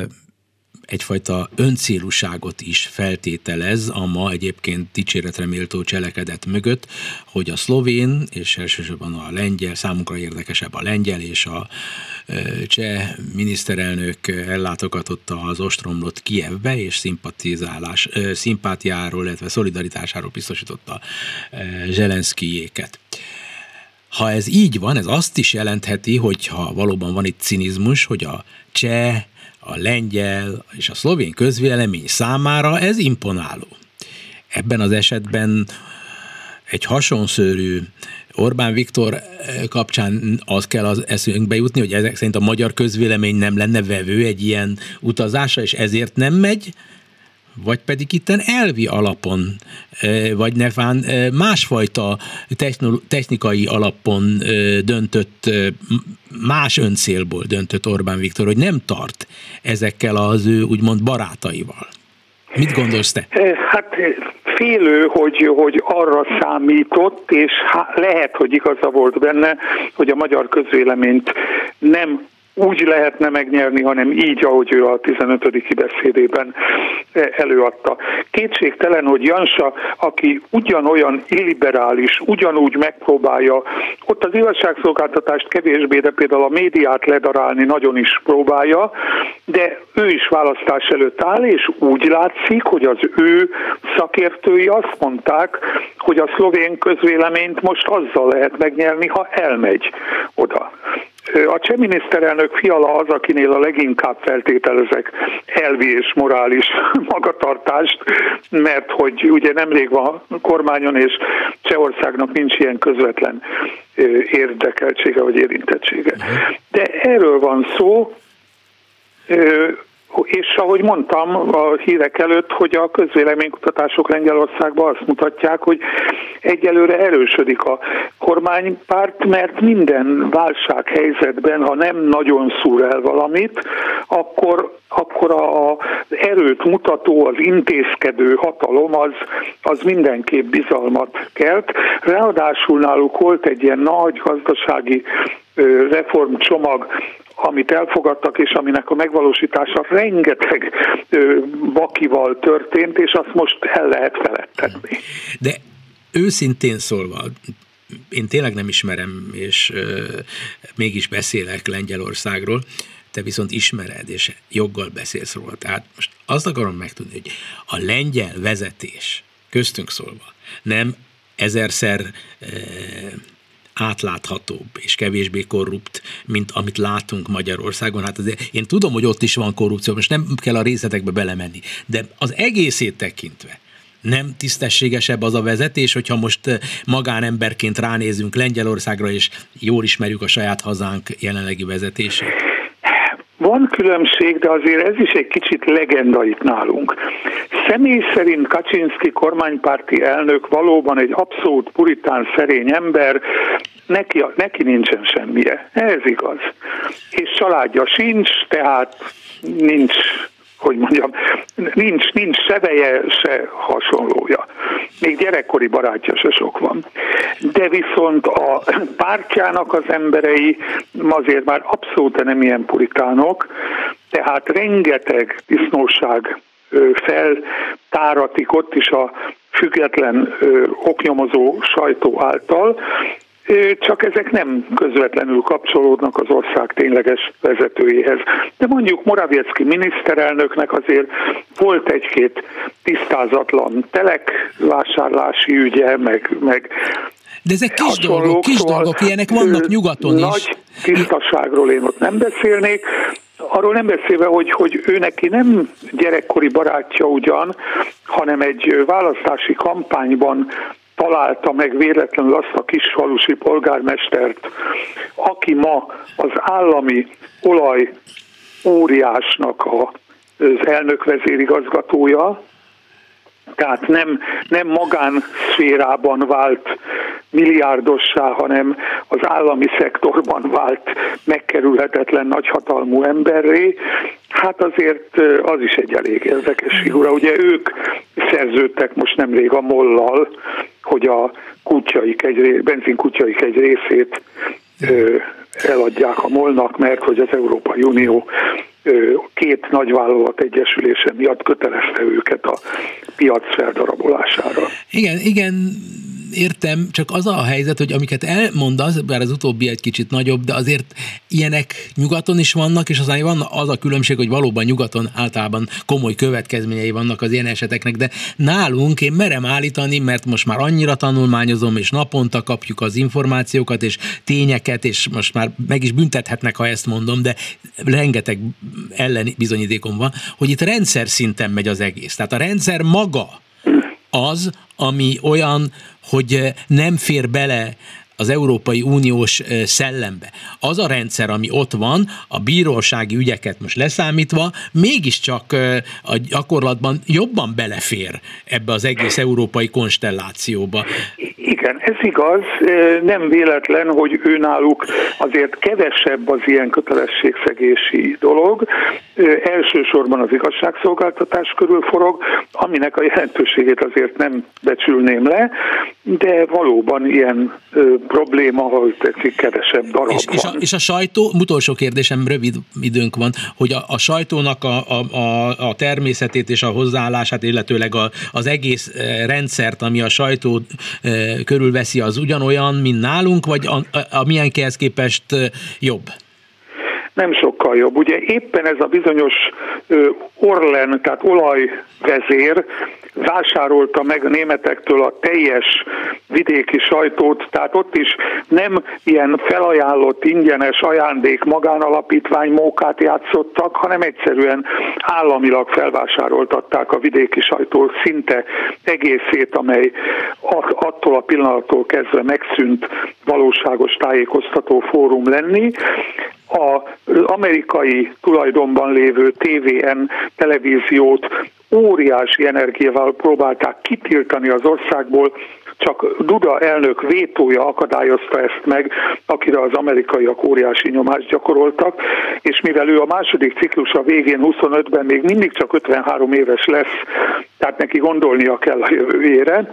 egyfajta öncélúságot is feltételez a ma egyébként dicséretre méltó cselekedet mögött, hogy a szlovén és elsősorban a lengyel, számunkra érdekesebb a lengyel és a cseh miniszterelnök ellátogatott az ostromlott Kijevbe, és szimpátiáról, illetve szolidaritásáról biztosította Zelenszkijéket. Ha ez így van, ez azt is jelentheti, hogyha valóban van itt cinizmus, hogy a cseh, a lengyel és a szlovén közvélemény számára ez imponáló. Ebben az esetben egy hasonszőrű Orbán Viktor kapcsán az kell az eszünkbe jutni, hogy ezek szerint a magyar közvélemény nem lenne vevő egy ilyen utazásra, és ezért nem megy, vagy pedig itten elvi alapon, vagy nefán másfajta technikai alapon döntött, más öncélból döntött Orbán Viktor, hogy nem tart ezekkel az ő úgymond barátaival. Mit gondolsz te? Hát félő, hogy arra számított, és lehet, hogy igaza volt benne, hogy a magyar közvéleményt nem úgy lehetne megnyerni, hanem így, ahogy ő a 15. beszédében előadta. Kétségtelen, hogy Jansa, aki ugyanolyan illiberális, ugyanúgy megpróbálja ott az igazságszolgáltatást kevésbé, de például a médiát ledarálni nagyon is próbálja, de ő is választás előtt áll, és úgy látszik, hogy az ő szakértői azt mondták, hogy a szlovén közvéleményt most azzal lehet megnyerni, ha elmegy oda. A cseh miniszterelnök Fiala az, akinél a leginkább feltételezek elvi és morális magatartást, mert hogy ugye nemrég van a kormányon, és Csehországnak nincs ilyen közvetlen érdekeltsége vagy érintettsége. De erről van szó, és ahogy mondtam a hírek előtt, hogy a közvéleménykutatások Lengyelországban azt mutatják, hogy egyelőre erősödik a kormánypárt, mert minden válsághelyzetben, ha nem nagyon szúr el valamit, akkor az erőt mutató, az intézkedő hatalom az mindenképp bizalmat kelt. Ráadásul náluk volt egy ilyen nagy gazdasági reformcsomag, amit elfogadtak, és aminek a megvalósítása rengeteg bakival történt, és azt most el lehet feledtetni. De őszintén szólva, én tényleg nem ismerem, és mégis beszélek Lengyelországról, te viszont ismered, és joggal beszélsz róla. Tehát most azt akarom megtudni, hogy a lengyel vezetés, köztünk szólva, nem ezerszer átláthatóbb és kevésbé korrupt, mint amit látunk Magyarországon. Hát azért én tudom, hogy ott is van korrupció, most nem kell a részletekbe belemenni, de az egészét tekintve nem tisztességesebb az a vezetés, hogyha most magánemberként ránézünk Lengyelországra, és jól ismerjük a saját hazánk jelenlegi vezetését? Van különbség, de azért ez is egy kicsit legenda itt nálunk. Személy szerint Kaczynszki kormánypárti elnök valóban egy abszolút puritán, szerény ember, neki nincsen semmije. Ez igaz. És családja sincs, tehát nincs se veje, se hasonlója. Még gyerekkori barátja se sok van. De viszont a pártjának az emberei azért már abszolút nem ilyen puritánok, tehát rengeteg disznóság feltáratik ott is a független oknyomozó sajtó által, csak ezek nem közvetlenül kapcsolódnak az ország tényleges vezetőjéhez. De mondjuk Morawiecki miniszterelnöknek azért volt egy-két tisztázatlan telekvásárlási ügye, meg de ezek kis dolgok, ilyenek vannak nyugaton is. Nagy tisztaságról én ott nem beszélnék, arról nem beszélve, hogy ő neki nem gyerekkori barátja ugyan, hanem egy választási kampányban találta meg véletlenül azt a kisfalusi polgármestert, aki ma az állami olaj óriásnak az elnök vezérigazgatója, tehát nem magánszférában vált milliárdossá, hanem az állami szektorban vált megkerülhetetlen nagyhatalmú emberré. Hát azért az is egy elég érdekes figura. Ugye ők szerződtek most nemrég a MOL-lal, hogy a benzinkútjaik egy részét eladják a MOL-nak, mert hogy az Európai Unió két nagyvállalat egyesülése miatt kötelezte őket a piac feldarabolására. Igen, értem, csak az a helyzet, hogy amiket elmondasz, bár az utóbbi egy kicsit nagyobb, de azért ilyenek nyugaton is vannak, és aztán van az a különbség, hogy valóban nyugaton általában komoly következményei vannak az ilyen eseteknek, de nálunk én merem állítani, mert most már annyira tanulmányozom, és naponta kapjuk az információkat, és tényeket, és most már meg is büntethetnek, ha ezt mondom, de rengeteg elleni bizonyítékom van, hogy itt rendszer szinten megy az egész. Tehát a rendszer maga az, ami olyan, hogy nem fér bele az Európai Uniós szellembe. Az a rendszer, ami ott van, a bírósági ügyeket most leszámítva, mégiscsak a gyakorlatban jobban belefér ebbe az egész európai konstellációba. Igen, ez igaz, nem véletlen, hogy őnáluk azért kevesebb az ilyen kötelességszegési dolog. Elsősorban az igazságszolgáltatás körül forog, aminek a jelentőségét azért nem becsülném le, de valóban ilyen probléma, hogy tetszik, kevesebb darab van. És a sajtó, utolsó kérdésem, rövid időnk van, hogy a sajtónak a természetét és a hozzáállását, illetőleg az egész rendszert, ami a sajtó körülveszi, az ugyanolyan, mint nálunk, vagy a milyenkihez képest jobb? Nem sokkal jobb. Ugye éppen ez a bizonyos Orlen, tehát olajvezér vásárolta meg a németektől a teljes vidéki sajtót, tehát ott is nem ilyen felajánlott ingyenes ajándék magánalapítvány mókát játszottak, hanem egyszerűen államilag felvásároltatták a vidéki sajtó szinte egészét, amely attól a pillanattól kezdve megszűnt valóságos tájékoztató fórum lenni. Az amerikai tulajdonban lévő TVN televíziót óriási energiával próbálták kitiltani az országból, csak Duda elnök vétója akadályozta ezt meg, akire az amerikaiak óriási nyomást gyakoroltak, és mivel ő a második ciklusa végén 25-ben még mindig csak 53 éves lesz, tehát neki gondolnia kell a jövőjére,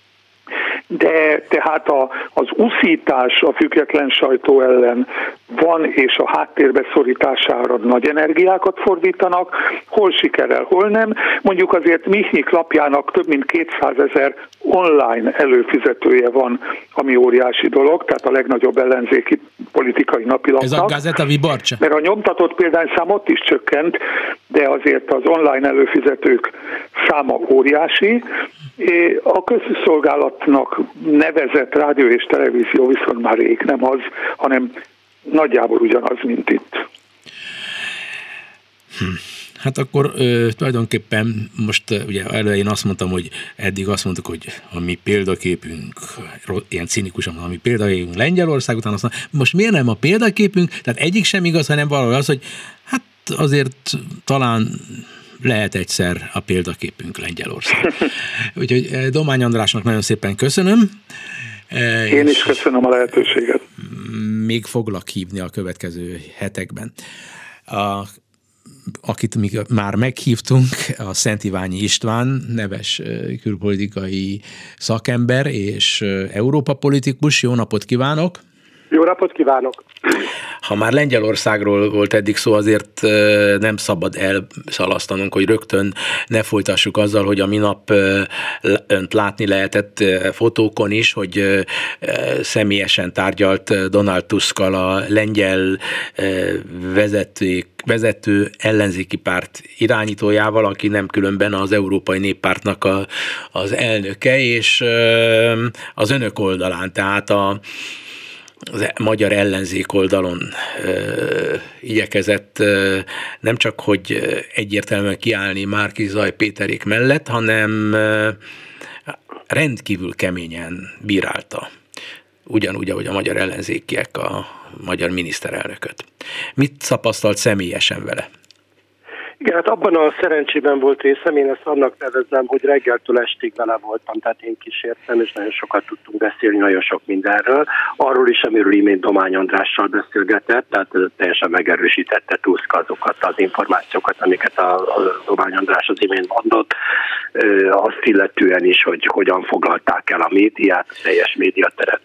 de tehát az uszítás a független sajtó ellen van, és a háttérbe szorítására nagy energiákat fordítanak, hol sikerrel, hol nem. Mondjuk azért Michnyik lapjának több mint 200 000 online előfizetője van, ami óriási dolog, tehát a legnagyobb ellenzéki politikai napilapnak. Ez a Gazeta Wyborcza. Mert a nyomtatott példányszám ott is csökkent, de azért az online előfizetők száma óriási. A közszolgálatnak nevezett rádió és televízió viszont már rég nem az, hanem nagyjából ugyanaz, mint itt. Hát akkor tulajdonképpen most ugye elején azt mondtam, hogy eddig azt mondtuk, hogy a mi példaképünk, ilyen cinikusan, a mi példaképünk Lengyelország, után azt mondom, most miért nem a példaképünk, tehát egyik sem igaz, hanem valahol az, hogy hát azért talán lehet egyszer a példaképünk Lengyelország. Úgyhogy Domány Andrásnak nagyon szépen köszönöm. Én is köszönöm a lehetőséget. Még foglak hívni a következő hetekben. Akit már meghívtunk, a Szent Iványi István, neves külpolitikai szakember és Európa politikus. Jó napot kívánok! Jó napot kívánok! Ha már Lengyelországról volt eddig szó, azért nem szabad elszalasztanunk, hogy rögtön ne folytassuk azzal, hogy a minap önt látni lehetett fotókon is, hogy személyesen tárgyalt Donald Tuskkal, a lengyel vezető ellenzéki párt irányítójával, aki nem különben az Európai Néppártnak az elnöke, és az önök oldalán, tehát a magyar ellenzék oldalon igyekezett nem csak, hogy egyértelműen kiállni Márki-Zay Péterék mellett, hanem rendkívül keményen bírálta, ugyanúgy, ahogy a magyar ellenzékiek a magyar miniszterelnököt. Mit tapasztalt személyesen vele? Igen, hát abban a szerencsében volt részem, én ezt annak nevezem, hogy reggeltől estig vele voltam, tehát én kísértem, és nagyon sokat tudtunk beszélni, nagyon sok mindenről. Arról is, amiről imént Domány Andrással beszélgetett, tehát teljesen megerősítette Tusk azokat az információkat, amiket a Domány András az imént mondott, azt illetően is, hogy hogyan foglalták el a médiát, a teljes médiateret,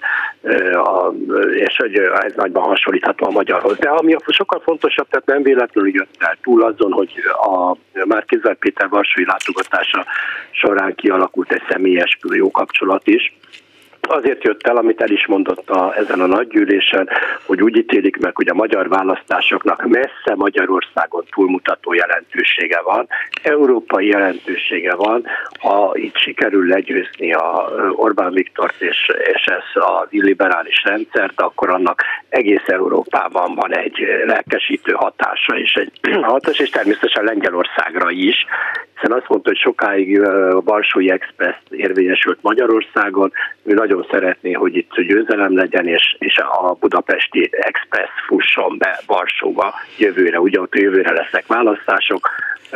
és hogy ez nagyban hasonlítható a magyarhoz. De ami sokkal fontosabb, tehát nem véletlenül jött el túl azon, hogy a Márki-Zay Péter varsói látogatása során kialakult egy személyes jó kapcsolat is. Azért jött el, amit el is mondott ezen a nagygyűlésen, hogy úgy ítélik meg, hogy a magyar választásoknak messze Magyarországon túlmutató jelentősége van, európai jelentősége van, ha itt sikerül legyőzni a Orbán Viktort és ez az illiberális rendszert, akkor annak egész Európában van egy lelkesítő hatása, és természetesen Lengyelországra is, hiszen azt mondta, hogy sokáig a Varsói Express érvényesült Magyarországon, ő nagyon szeretné, hogy itt győzelem legyen, és a budapesti Express fusson be Varsóba jövőre, ugye ott jövőre lesznek választások,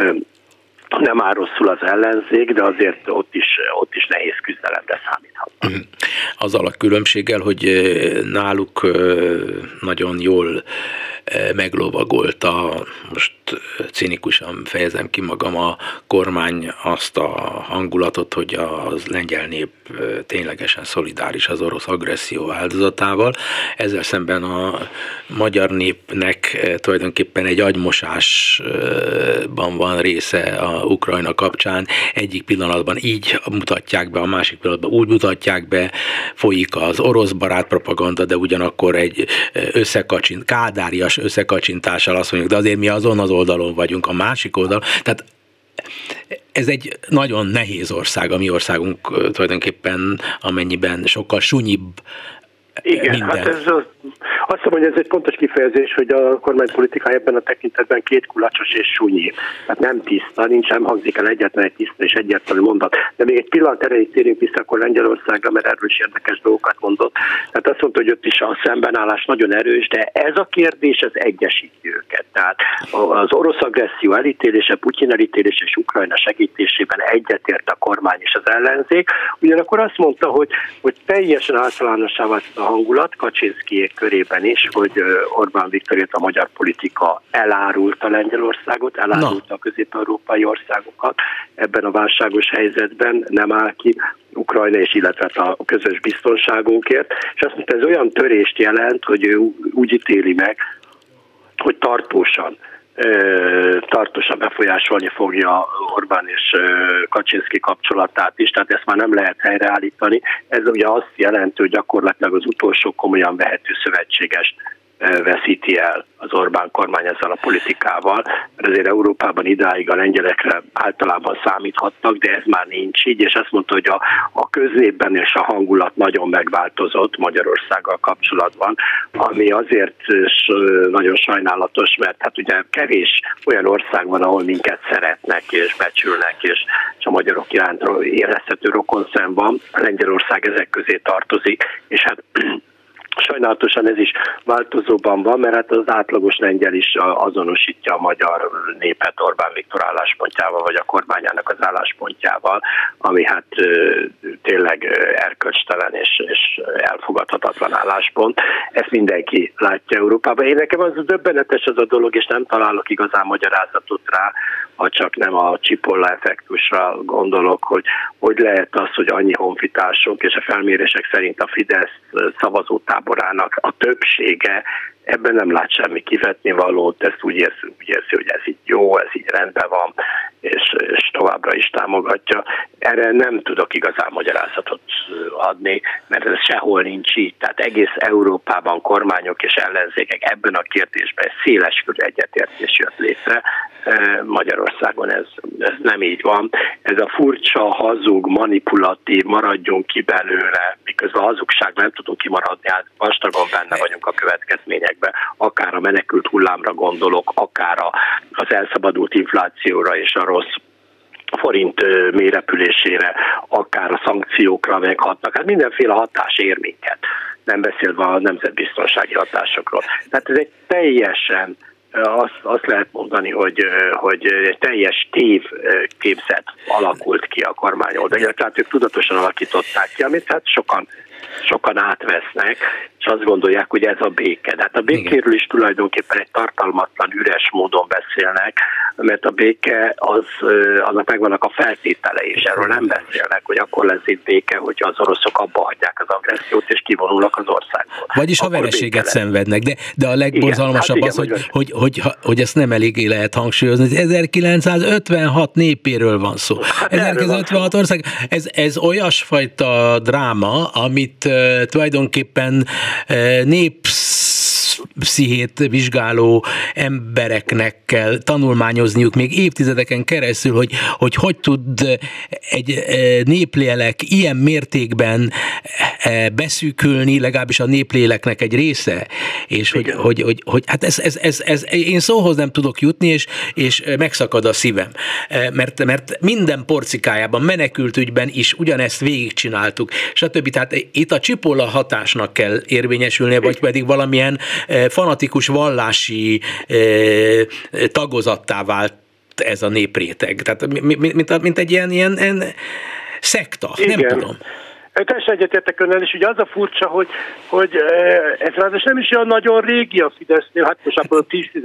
nem áll rosszul az ellenzék, de azért ott is nehéz küzdelemre számíthat. Azzal a különbséggel, hogy náluk nagyon jól meglovagolta, most cinikusan fejezem ki magam, a kormány azt a hangulatot, hogy a lengyel nép ténylegesen szolidáris az orosz agresszió áldozatával. Ezzel szemben a magyar népnek tulajdonképpen egy agymosásban van része a Ukrajna kapcsán. Egyik pillanatban így mutatják be, a másik pillanatban úgy mutatják be, folyik az orosz barát propaganda, de ugyanakkor egy kádárias összekacsintással azt mondjuk, de azért mi azon az oldalon vagyunk, a másik oldalon. Tehát ez egy nagyon nehéz ország, a mi országunk tulajdonképpen, amennyiben sokkal sunyibb. Igen, minden. Hát azt mondom, hogy ez egy pontos kifejezés, hogy a kormánypolitikai ebben a tekintetben kétkulacsos és sunyi. Tehát nem tiszta, nem hangzik el egyetlen egy tiszta és egyértelmű mondat. De még egy pillanat erejéig térjünk vissza akkor Lengyelországra, mert erről is érdekes dolgokat mondott. Tehát azt mondta, hogy ott is a szembenállás nagyon erős, de ez a kérdés, ez egyesíti őket. Tehát az orosz agresszió elítélése, Putyin elítélése és Ukrajna segítésében egyetért a kormány és az ellenzék. Ugyanakkor azt mondta, hogy teljesen általánossá vált a hangulat Kaczynszkijék körében is, hogy Orbán Viktor, a magyar politika elárulta Lengyelországot, elárulta a közép-európai országokat ebben a válságos helyzetben, nem áll ki Ukrajna és illetve a közös biztonságunkért, és azt mondta, ez olyan törést jelent, hogy ő úgy ítéli meg, hogy tartósan befolyásolni fogja Orbán és Kaczynszki kapcsolatát is, tehát ezt már nem lehet helyreállítani. Ez ugye azt jelenti, hogy gyakorlatilag az utolsó komolyan vehető szövetségest veszíti el az az Orbán kormány ezzel a politikával, mert azért Európában idáig a lengyelekre általában számíthattak, de ez már nincs így, és azt mondta, hogy a köznépben és a hangulat nagyon megváltozott Magyarországgal kapcsolatban, ami azért nagyon sajnálatos, mert hát ugye kevés olyan ország van, ahol minket szeretnek és becsülnek, és a magyarok iránt érezhető rokonszem van. Lengyelország ezek közé tartozik, és hát sajnálatosan ez is változóban van, mert hát az átlagos lengyel is azonosítja a magyar népet Orbán Viktor álláspontjával, vagy a kormányának az álláspontjával, ami hát tényleg erkölcstelen és elfogadhatatlan álláspont. Ezt mindenki látja Európában. Én nekem az döbbenetes az a dolog, és nem találok igazán magyarázatot rá, ha csak nem a Csipolla effektusra gondolok, hogy lehet az, hogy annyi honfitársunk, és a felmérések szerint a Fidesz szavazótáborának a többsége ebben nem lát semmi kivetnivalót, ezt úgy érzi, hogy ez így jó, ez így rendben van, és továbbra is támogatja. Erre nem tudok igazán magyarázatot adni, mert ez sehol nincs így. Tehát egész Európában kormányok és ellenzékek ebben a kérdésben széleskörű egyetértés jött létre. Magyarországon ez nem így van. Ez a furcsa, hazug, manipulatív, maradjunk ki belőle, miközben a hazugság nem tudunk kimaradni, hát vastagon benne vagyunk a következményekben, akár a menekült hullámra gondolok, akár az elszabadult inflációra és a rossz forint mélyrepülésére, akár a szankciókra meghatnak. Hát mindenféle hatás ér minket, nem beszélve a nemzetbiztonsági hatásokról. Tehát ez egy teljesen, azt lehet mondani, hogy egy teljes tévképzet alakult ki a kormány oldalra, tehát ők tudatosan alakították ki, amit hát sokan átvesznek, és azt gondolják, hogy ez a béke. De hát a békéről is tulajdonképpen egy tartalmatlan, üres módon beszélnek, mert a béke annak megvannak a feltételei, és erről nem beszélnek, hogy akkor lesz itt béke, hogyha az oroszok abba hagyják az agressziót, és kivonulnak az országból. Vagyis ha vereséget szenvednek, de a legborzalmasabb az, hogy ezt nem eléggé lehet hangsúlyozni. 1956 népéről van szó. Hát 1956 ország, ez olyasfajta dráma, amit tulajdonképpen néppszichét vizsgáló embereknek kell tanulmányozniuk még évtizedeken keresztül, hogy tud egy néplélek ilyen mértékben beszűkülni, legalábbis a népléleknek egy része, és hogy hát ez én szóhoz nem tudok jutni, és megszakad a szívem. Mert minden porcikájában, menekült ügyben is ugyanezt végigcsináltuk, stb. Tehát itt a Csipolla hatásnak kell érvényesülnie, vagy pedig valamilyen fanatikus vallási tagozattá vált ez a népréteg. Tehát mint egy ilyen szekta, igen. Nem tudom. Teljesen egyetértek önnel, és ugye az a furcsa, hogy ez ráadásul nem is olyan nagyon régi a Fidesznél, hát most abban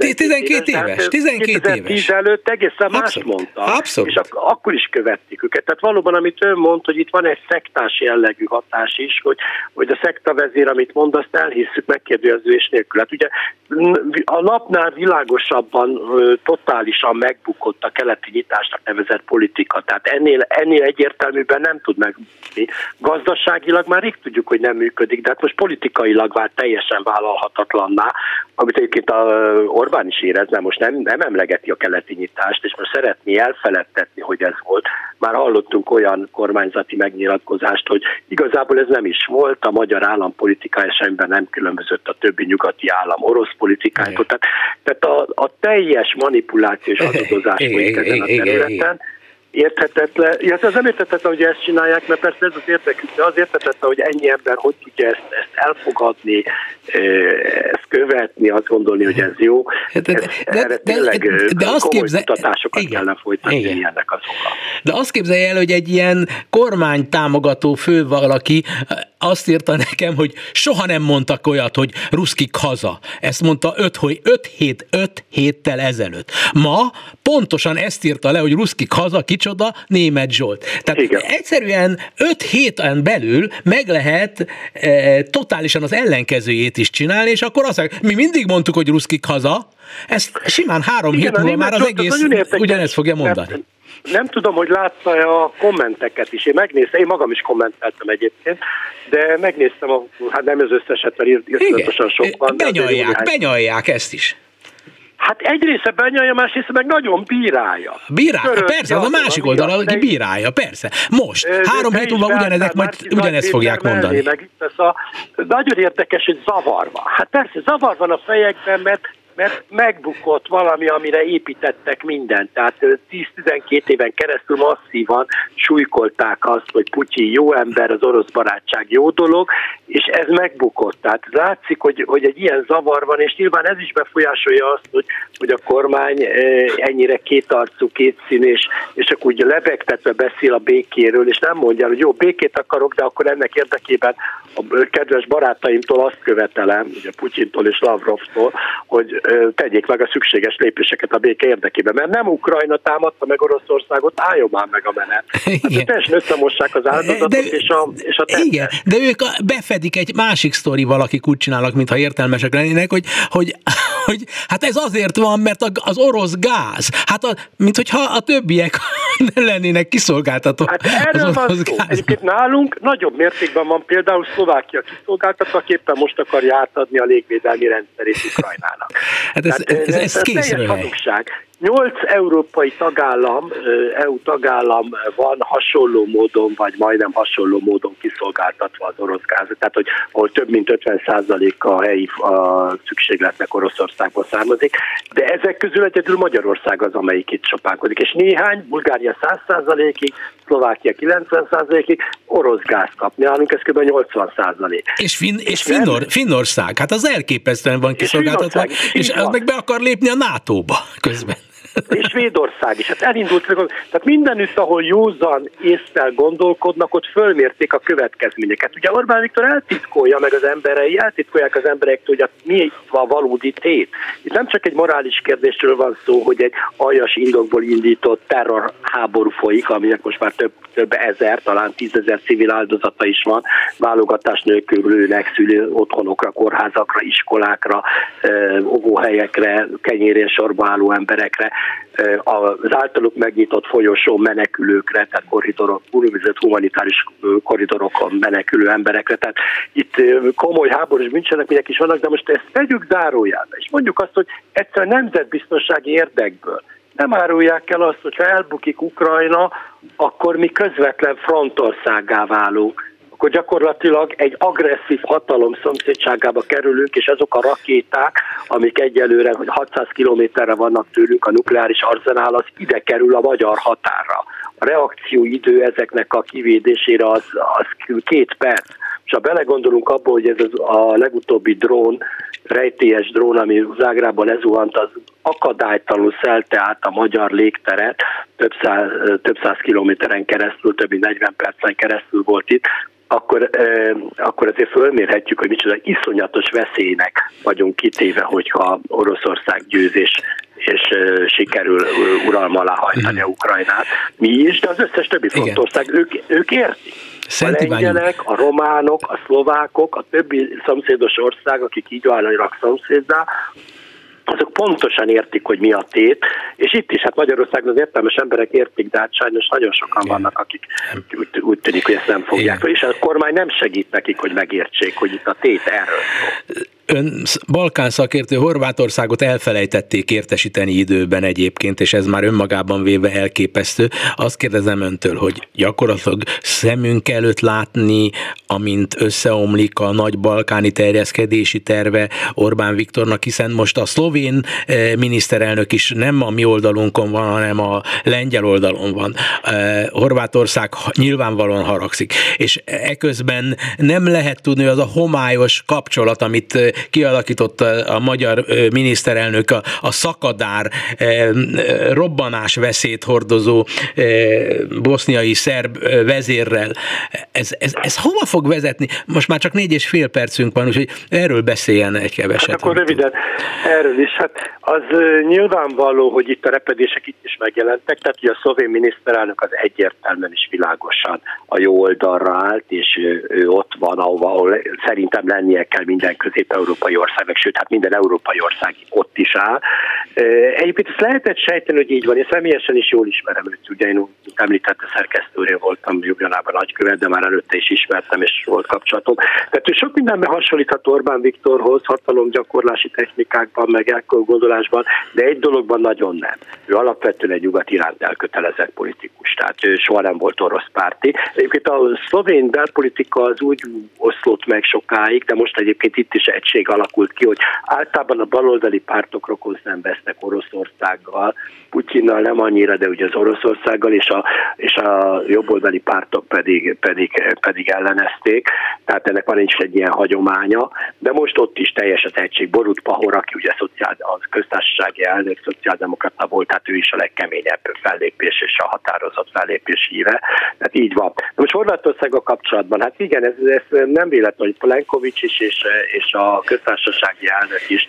12 éves előtt egészen más mondta. Abszolút. És akkor is követték őket. Tehát valóban, amit ön mond, hogy itt van egy szektás jellegű hatás is, hogy a szektavezér, amit mond, azt elhisszük megkérdőjelzés nélkül. Hát ugye a napnál világosabban totálisan megbukott a keleti nyitásnak nevezett politika. Tehát ennél egyértelműben nem tud megbukni. Gazdaságilag már rég tudjuk, hogy nem működik, de hát most politikailag vált teljesen vállalhatatlanná, amit egyébként Orbán is érez, mert most nem emlegeti a keleti nyitást, és most szeretné elfeledtetni, hogy ez volt. Már hallottunk olyan kormányzati megnyilatkozást, hogy igazából ez nem is volt, a magyar állampolitikája semmiben nem különbözött a többi nyugati állam orosz politikájától. Tehát a teljes manipuláció és hazudozás folyik ezen a területen. Érthetetlen, illetve az nem érthetetlen, hogy ezt csinálják, mert persze ez az érdekük, de az érthetetlen, hogy ennyi ember hogy tudja ezt elfogadni, ezt követni, azt gondolni, hogy ez jó. Erre tényleg komoly kutatásokat kellene folytatni ennek az oka. De azt képzelje el, hogy egy ilyen kormánytámogató fővalaki azt írta nekem, hogy soha nem mondtak olyat, hogy ruszkik haza. Ezt mondta 5 héttel ezelőtt. Ma pontosan ezt írta le, hogy ruszkik haza, kicsoda, Németh Zsolt. Tehát igen. Egyszerűen 5 héten belül meg lehet totálisan az ellenkezőjét is csinálni, és akkor azt mondják, mi mindig mondtuk, hogy ruszkik haza, ezt simán 3 hét múlva már az egész ugyanezt fogja mondani. Nem tudom, hogy látta a kommenteket is. Én magam is kommenteltem egyébként, de megnéztem, hát nem az összeset, mert írtozatosan sok van. Benyalják ezt is. Hát egyrészt benyalja, másrészt meg nagyon bírálja. Persze, az a másik oldal, aki bírálja, persze. Most, 3 hét múlva ugyanezt fogják mondani. Meg itt nagyon érdekes, hogy zavar van. Hát persze, zavar van a fejekben, mert megbukott valami, amire építettek mindent. Tehát 10-12 éven keresztül masszívan súlykolták azt, hogy Putyin jó ember, az orosz barátság jó dolog, és ez megbukott. Tehát látszik, hogy egy ilyen zavar van, és nyilván ez is befolyásolja azt, hogy a kormány ennyire kétarcú, kétszínű, és akkor úgy lebegtetve beszél a békéről, és nem mondja, hogy jó, békét akarok, de akkor ennek érdekében a kedves barátaimtól azt követelem, ugye Putyintól és Lavrovtól, hogy tegyék meg a szükséges lépéseket a béke érdekében, mert nem Ukrajna támadta meg Oroszországot, álljon már meg a menet. Hát teljesen összemossák az áldozatot és a tettet. Igen, de ők befedik egy másik sztorival, akik úgy csinálnak, mintha értelmesek lennének, hogy hát ez azért van, mert az orosz gáz, hát mint hogyha a többiek lennének kiszolgáltatók. Hát erről van szó. Egyébként nálunk nagyobb mértékben van például Szlovákia kiszolgáltatva, aki éppen most akarja átadni a légvédelmi rendszerét Ukrajnának. Hát ez készről hely. 8 európai tagállam, EU tagállam van hasonló módon, vagy majdnem hasonló módon kiszolgáltatva az orosz gázot, tehát hogy ahol több mint 50% a helyi szükségletnek Oroszországból származik, de ezek közül egyedül Magyarország az, amelyik itt sopánkodik, és néhány, Bulgária 100%-ig, Szlovákia 90%-ig orosz gáz kap. Nálunk ez kb. 80%. És Finnország, hát az elképesztően van kiszolgáltatva, és az meg be akar lépni a NATO-ba közben. És Svédország is. Hát elindult, tehát mindenütt, ahol józan észszel gondolkodnak, ott fölmérték a következményeket. Ugye Orbán Viktor eltitkolja meg az emberei, eltitkolják az emberektől, hogy mi a valódi tét. Itt nem csak egy morális kérdésről van szó, hogy egy aljas indokból indított terrorháború folyik, aminek most már több ezer, talán 10 000 civil áldozata is van, válogatás nélkül lőnek szülő otthonokra, kórházakra, iskolákra, óvóhelyekre, kenyérén sorba álló emberekre, az általuk megnyitott folyosón menekülőkre, tehát úgynevezett humanitárius koridorokon menekülő emberekre. Tehát itt komoly háborús bűncselekmények is vannak, de most ezt tegyük zárójelbe, és mondjuk azt, hogy egyszerűen nemzetbiztonsági érdekből nem árulják el azt, hogyha elbukik Ukrajna, akkor mi közvetlen frontországgá válunk. Akkor gyakorlatilag egy agresszív hatalom szomszédságába kerülünk, és azok a rakéták, amik egyelőre 600 kilométerre vannak tőlünk, a nukleáris arzenál, az ide kerül a magyar határra. A reakcióidő ezeknek a kivédésére az 2 perc. És ha belegondolunk abba, hogy ez a legutóbbi drón, rejtélyes drón, ami Zágrában lezuhant, az akadálytalanul szelte át a magyar légteret, több száz kilométeren keresztül, több mint 40 percen keresztül volt itt, akkor azért fölmérhetjük, hogy micsoda iszonyatos veszélynek vagyunk kitéve, hogyha Oroszország győz és sikerül uralma alá hajtani a Ukrajnát. Mi is, de az összes többi frontország, ők értik. A lengyelek, a románok, a szlovákok, a többi szomszédos ország, akik így válnak szomszéddá, azok pontosan értik, hogy mi a tét, és itt is, hát Magyarországon az értelmes emberek értik, de hát sajnos nagyon sokan vannak, akik úgy tűnik, hogy ezt nem fogják fel, és a kormány nem segít nekik, hogy megértsék, hogy itt a tét erről szól. Ön Balkán szakértő, Horvátországot elfelejtették értesíteni időben egyébként, és ez már önmagában véve elképesztő. Azt kérdezem öntől, hogy gyakorlatilag szemünk előtt látni, amint összeomlik a nagy balkáni terjeszkedési terve Orbán Viktornak, hiszen most a szlovén miniszterelnök is nem a mi oldalunkon van, hanem a lengyel oldalon van. Horvátország nyilvánvalóan haragszik, és eközben nem lehet tudni, hogy az a homályos kapcsolat, amit kialakított a magyar miniszterelnök a szakadár robbanás veszélyt hordozó boszniai szerb vezérrel. Ez hova fog vezetni? Most már csak 4,5 percünk van, úgyhogy erről beszéljen egy keveset. Hát akkor röviden erről is. Hát az nyilvánvaló, hogy itt a repedések itt is megjelentek, tehát hogy a szlovén miniszterelnök az egyértelműen is világosan a jó oldalra állt, és ő ott van, ahol szerintem lennie kell minden közép-európai európai országnak, sőt, hát minden európai ország ott is áll. Egyébként ezt lehetett sejteni, hogy így van. Én személyesen is jól ismerem őt. Ugye én említette szerkesztőrén voltam Ljubljanában nagykövet, de már előtte is ismertem, és volt kapcsolatom. Tehát ő sok mindenben hasonlíthat Orbán Viktorhoz, hatalomgyakorlási technikákban, meg elgondolásban, de egy dologban nagyon nem. Ő alapvetően egy nyugat iránt elkötelezett politikus, tehát ő soha nem volt orosz párti. Egyébként a szlovén belpolitika az úgy oszlott meg sokáig, de most egyébként itt is egység alakult ki, hogy általában a baloldali pártok rokon szembesznek Oroszországgal, Putyinnal nem annyira, de ugye az Oroszországgal, és a jobboldali pártok pedig ellenezték, tehát ennek van is egy ilyen hagyománya, de most ott is teljes az egység. Borut Pahor, aki ugye az köztársasági elnök, szociáldemokrata volt, tehát ő is a legkeményebb fellépés és a határozott fellépés híve. Tehát így van. De most Horvátországgal kapcsolatban, hát igen, ez nem véletlen, hogy Plenković is és a köztársasági elnök is,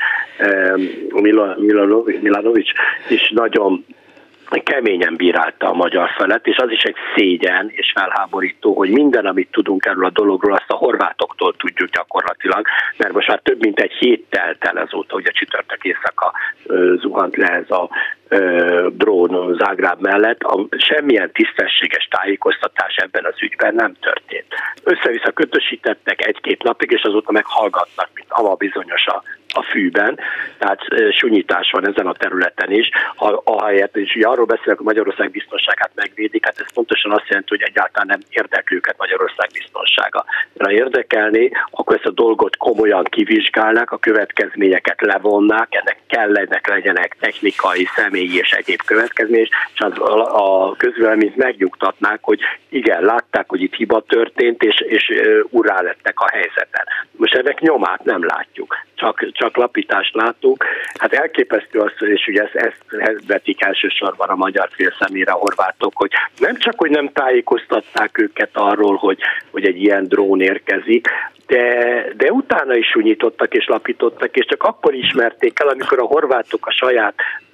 Milanović is nagyon keményen bírálta a magyar felet, és az is egy szégyen és felháborító, hogy minden, amit tudunk erről a dologról, azt a horvátoktól tudjuk gyakorlatilag, mert most már több mint egy hét telt el azóta, hogy a csütörtök éjszaka zuhant le ez a drón Zágráb mellett, semmilyen tisztességes tájékoztatás ebben az ügyben nem történt. Össze-vissza kötösítettek egy-két napig, és azóta meghallgatnak, mint ava bizonyos a fűben, tehát sunyítás van ezen a területen is. Ahelyett, és ugye arról beszélek, hogy Magyarország biztonságát megvédik, hát ez pontosan azt jelenti, hogy egyáltalán nem érdekli őket Magyarország biztonsága. Ha érdekelné, akkor ezt a dolgot komolyan kivizsgálnák, a következményeket levonnák, ennek kellenek legyenek technikai, személyi és egyéb következmények, és a közvéleményt megnyugtatnák, hogy igen, látták, hogy itt hiba történt, és urrá lettek a helyzeten. Most ennek nyomát nem látjuk, csak lapítást látunk. Hát elképesztő az, és ugye ezt vetik elsősorban a magyar fél szemére a horvátok, hogy nem csak, hogy nem tájékoztatták őket arról, hogy egy ilyen drón érkezik, de utána is sunyítottak és lapítottak, és csak akkor ismerték el, amikor a horvátok a saját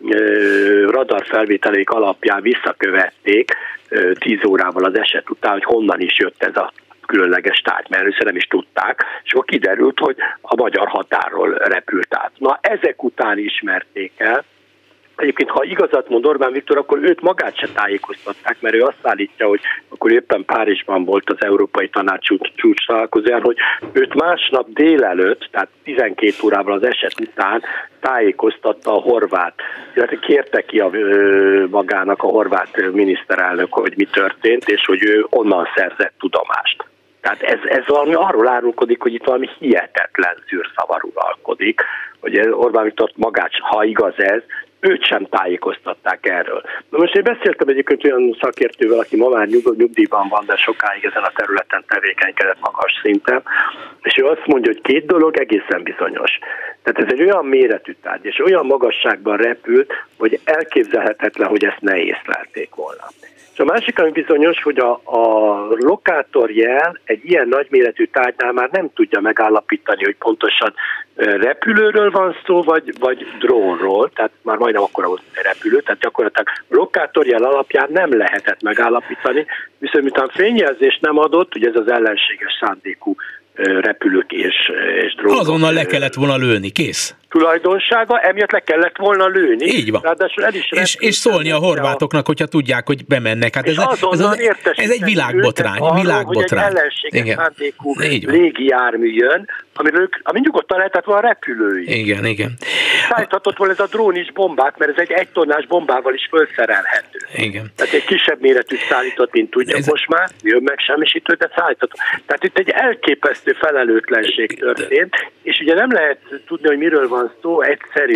radarfelvételeik alapján visszakövették 10 órával az eset után, hogy honnan is jött ez a különleges tárgy, mert először nem is tudták, és akkor kiderült, hogy a magyar határról repült át. Na, ezek után ismerték el. Egyébként, ha igazat mond Orbán Viktor, akkor őt magát se tájékoztatták, mert ő azt állítja, hogy akkor éppen Párizsban volt az Európai Tanács csúcs találkozóján, hogy őt másnap délelőtt, tehát 12 órával az eset után tájékoztatta a horvát, illetve kérte ki magának a horvát miniszterelnök, hogy mi történt, és hogy ő onnan szerzett tudomást. Tehát ez valami arról árulkodik, hogy itt valami hihetetlen zűrszavar uralkodik, hogy Orbán Viktor magát, ha igaz ez, őt sem tájékoztatták erről. Na most én beszéltem egyébként olyan szakértővel, aki ma már nyugdíjban van, de sokáig ezen a területen tevékenykedett magas szinten, és ő azt mondja, hogy 2 dolog egészen bizonyos. Tehát ez egy olyan méretű tárgy, és olyan magasságban repült, hogy elképzelhetetlen, hogy ezt ne észlelték volna. És a másik, ami bizonyos, hogy a lokátorjel egy ilyen nagyméretű tárgynál már nem tudja megállapítani, hogy pontosan repülőről van szó, vagy drónról, tehát már majdnem akkora volt repülő, tehát gyakorlatilag lokátorjel alapján nem lehetett megállapítani, viszont miután fényjelzést nem adott, ugye ez az ellenséges szándékú repülők és drónok. Azonnal le kellett volna lőni, kész. Tulajdonsága, emiatt le kellett volna lőni. Így van. Ráadásul el is és szólni a horvátoknak, hogyha tudják, hogy bemennek. Hát ez egy világbotrány. Arról, hogy egy ellenséges szándékú légijármű jön, ami nyugodtan lehetett volna repülői. Igen. Szállíthatott volna ez a drón is bombát, mert ez egy tonnás bombával is felszerelhető. Igen. Tehát egy kisebb méretű szállított, mint tudjuk most már, jön meg semmisítő, de szállítható. Tehát itt egy elképesztő felelőtlenség történt, és ugye nem lehet tudni, hogy miről van szó, egyszerű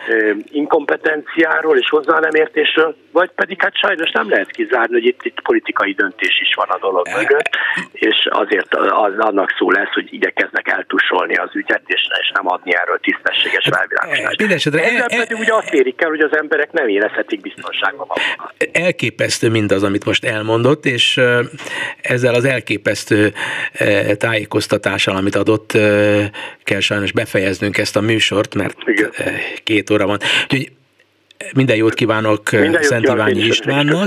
inkompetenciáról és hozzá nem értésről, vagy pedig hát sajnos nem lehet kizárni, hogy itt politikai döntés is van a dolog mögött, és azért annak szó lesz, hogy igyekeznek eltusolni az ügyet, és nem adni erről tisztességes felvilágosítást. Ezzel pedig ugye azt érik el, hogy az emberek nem érezhetik biztonságban magukat. Elképesztő mindaz, amit most elmondott, és ezzel az elképesztő tájékoztatással, amit adott, kell sajnos befejeznünk ezt a műsort, mert 2 óra van. Úgyhogy minden jót kívánok Szent Iványi Istvánnak.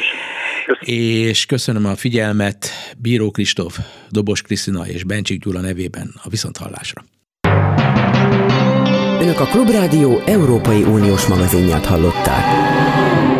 És köszönöm a figyelmet Bíró Kristóf, Dobos Krisztina és Bencsik Gyula nevében a viszonthallásra. Önök a Klubrádió Európai Uniós magazinját hallották.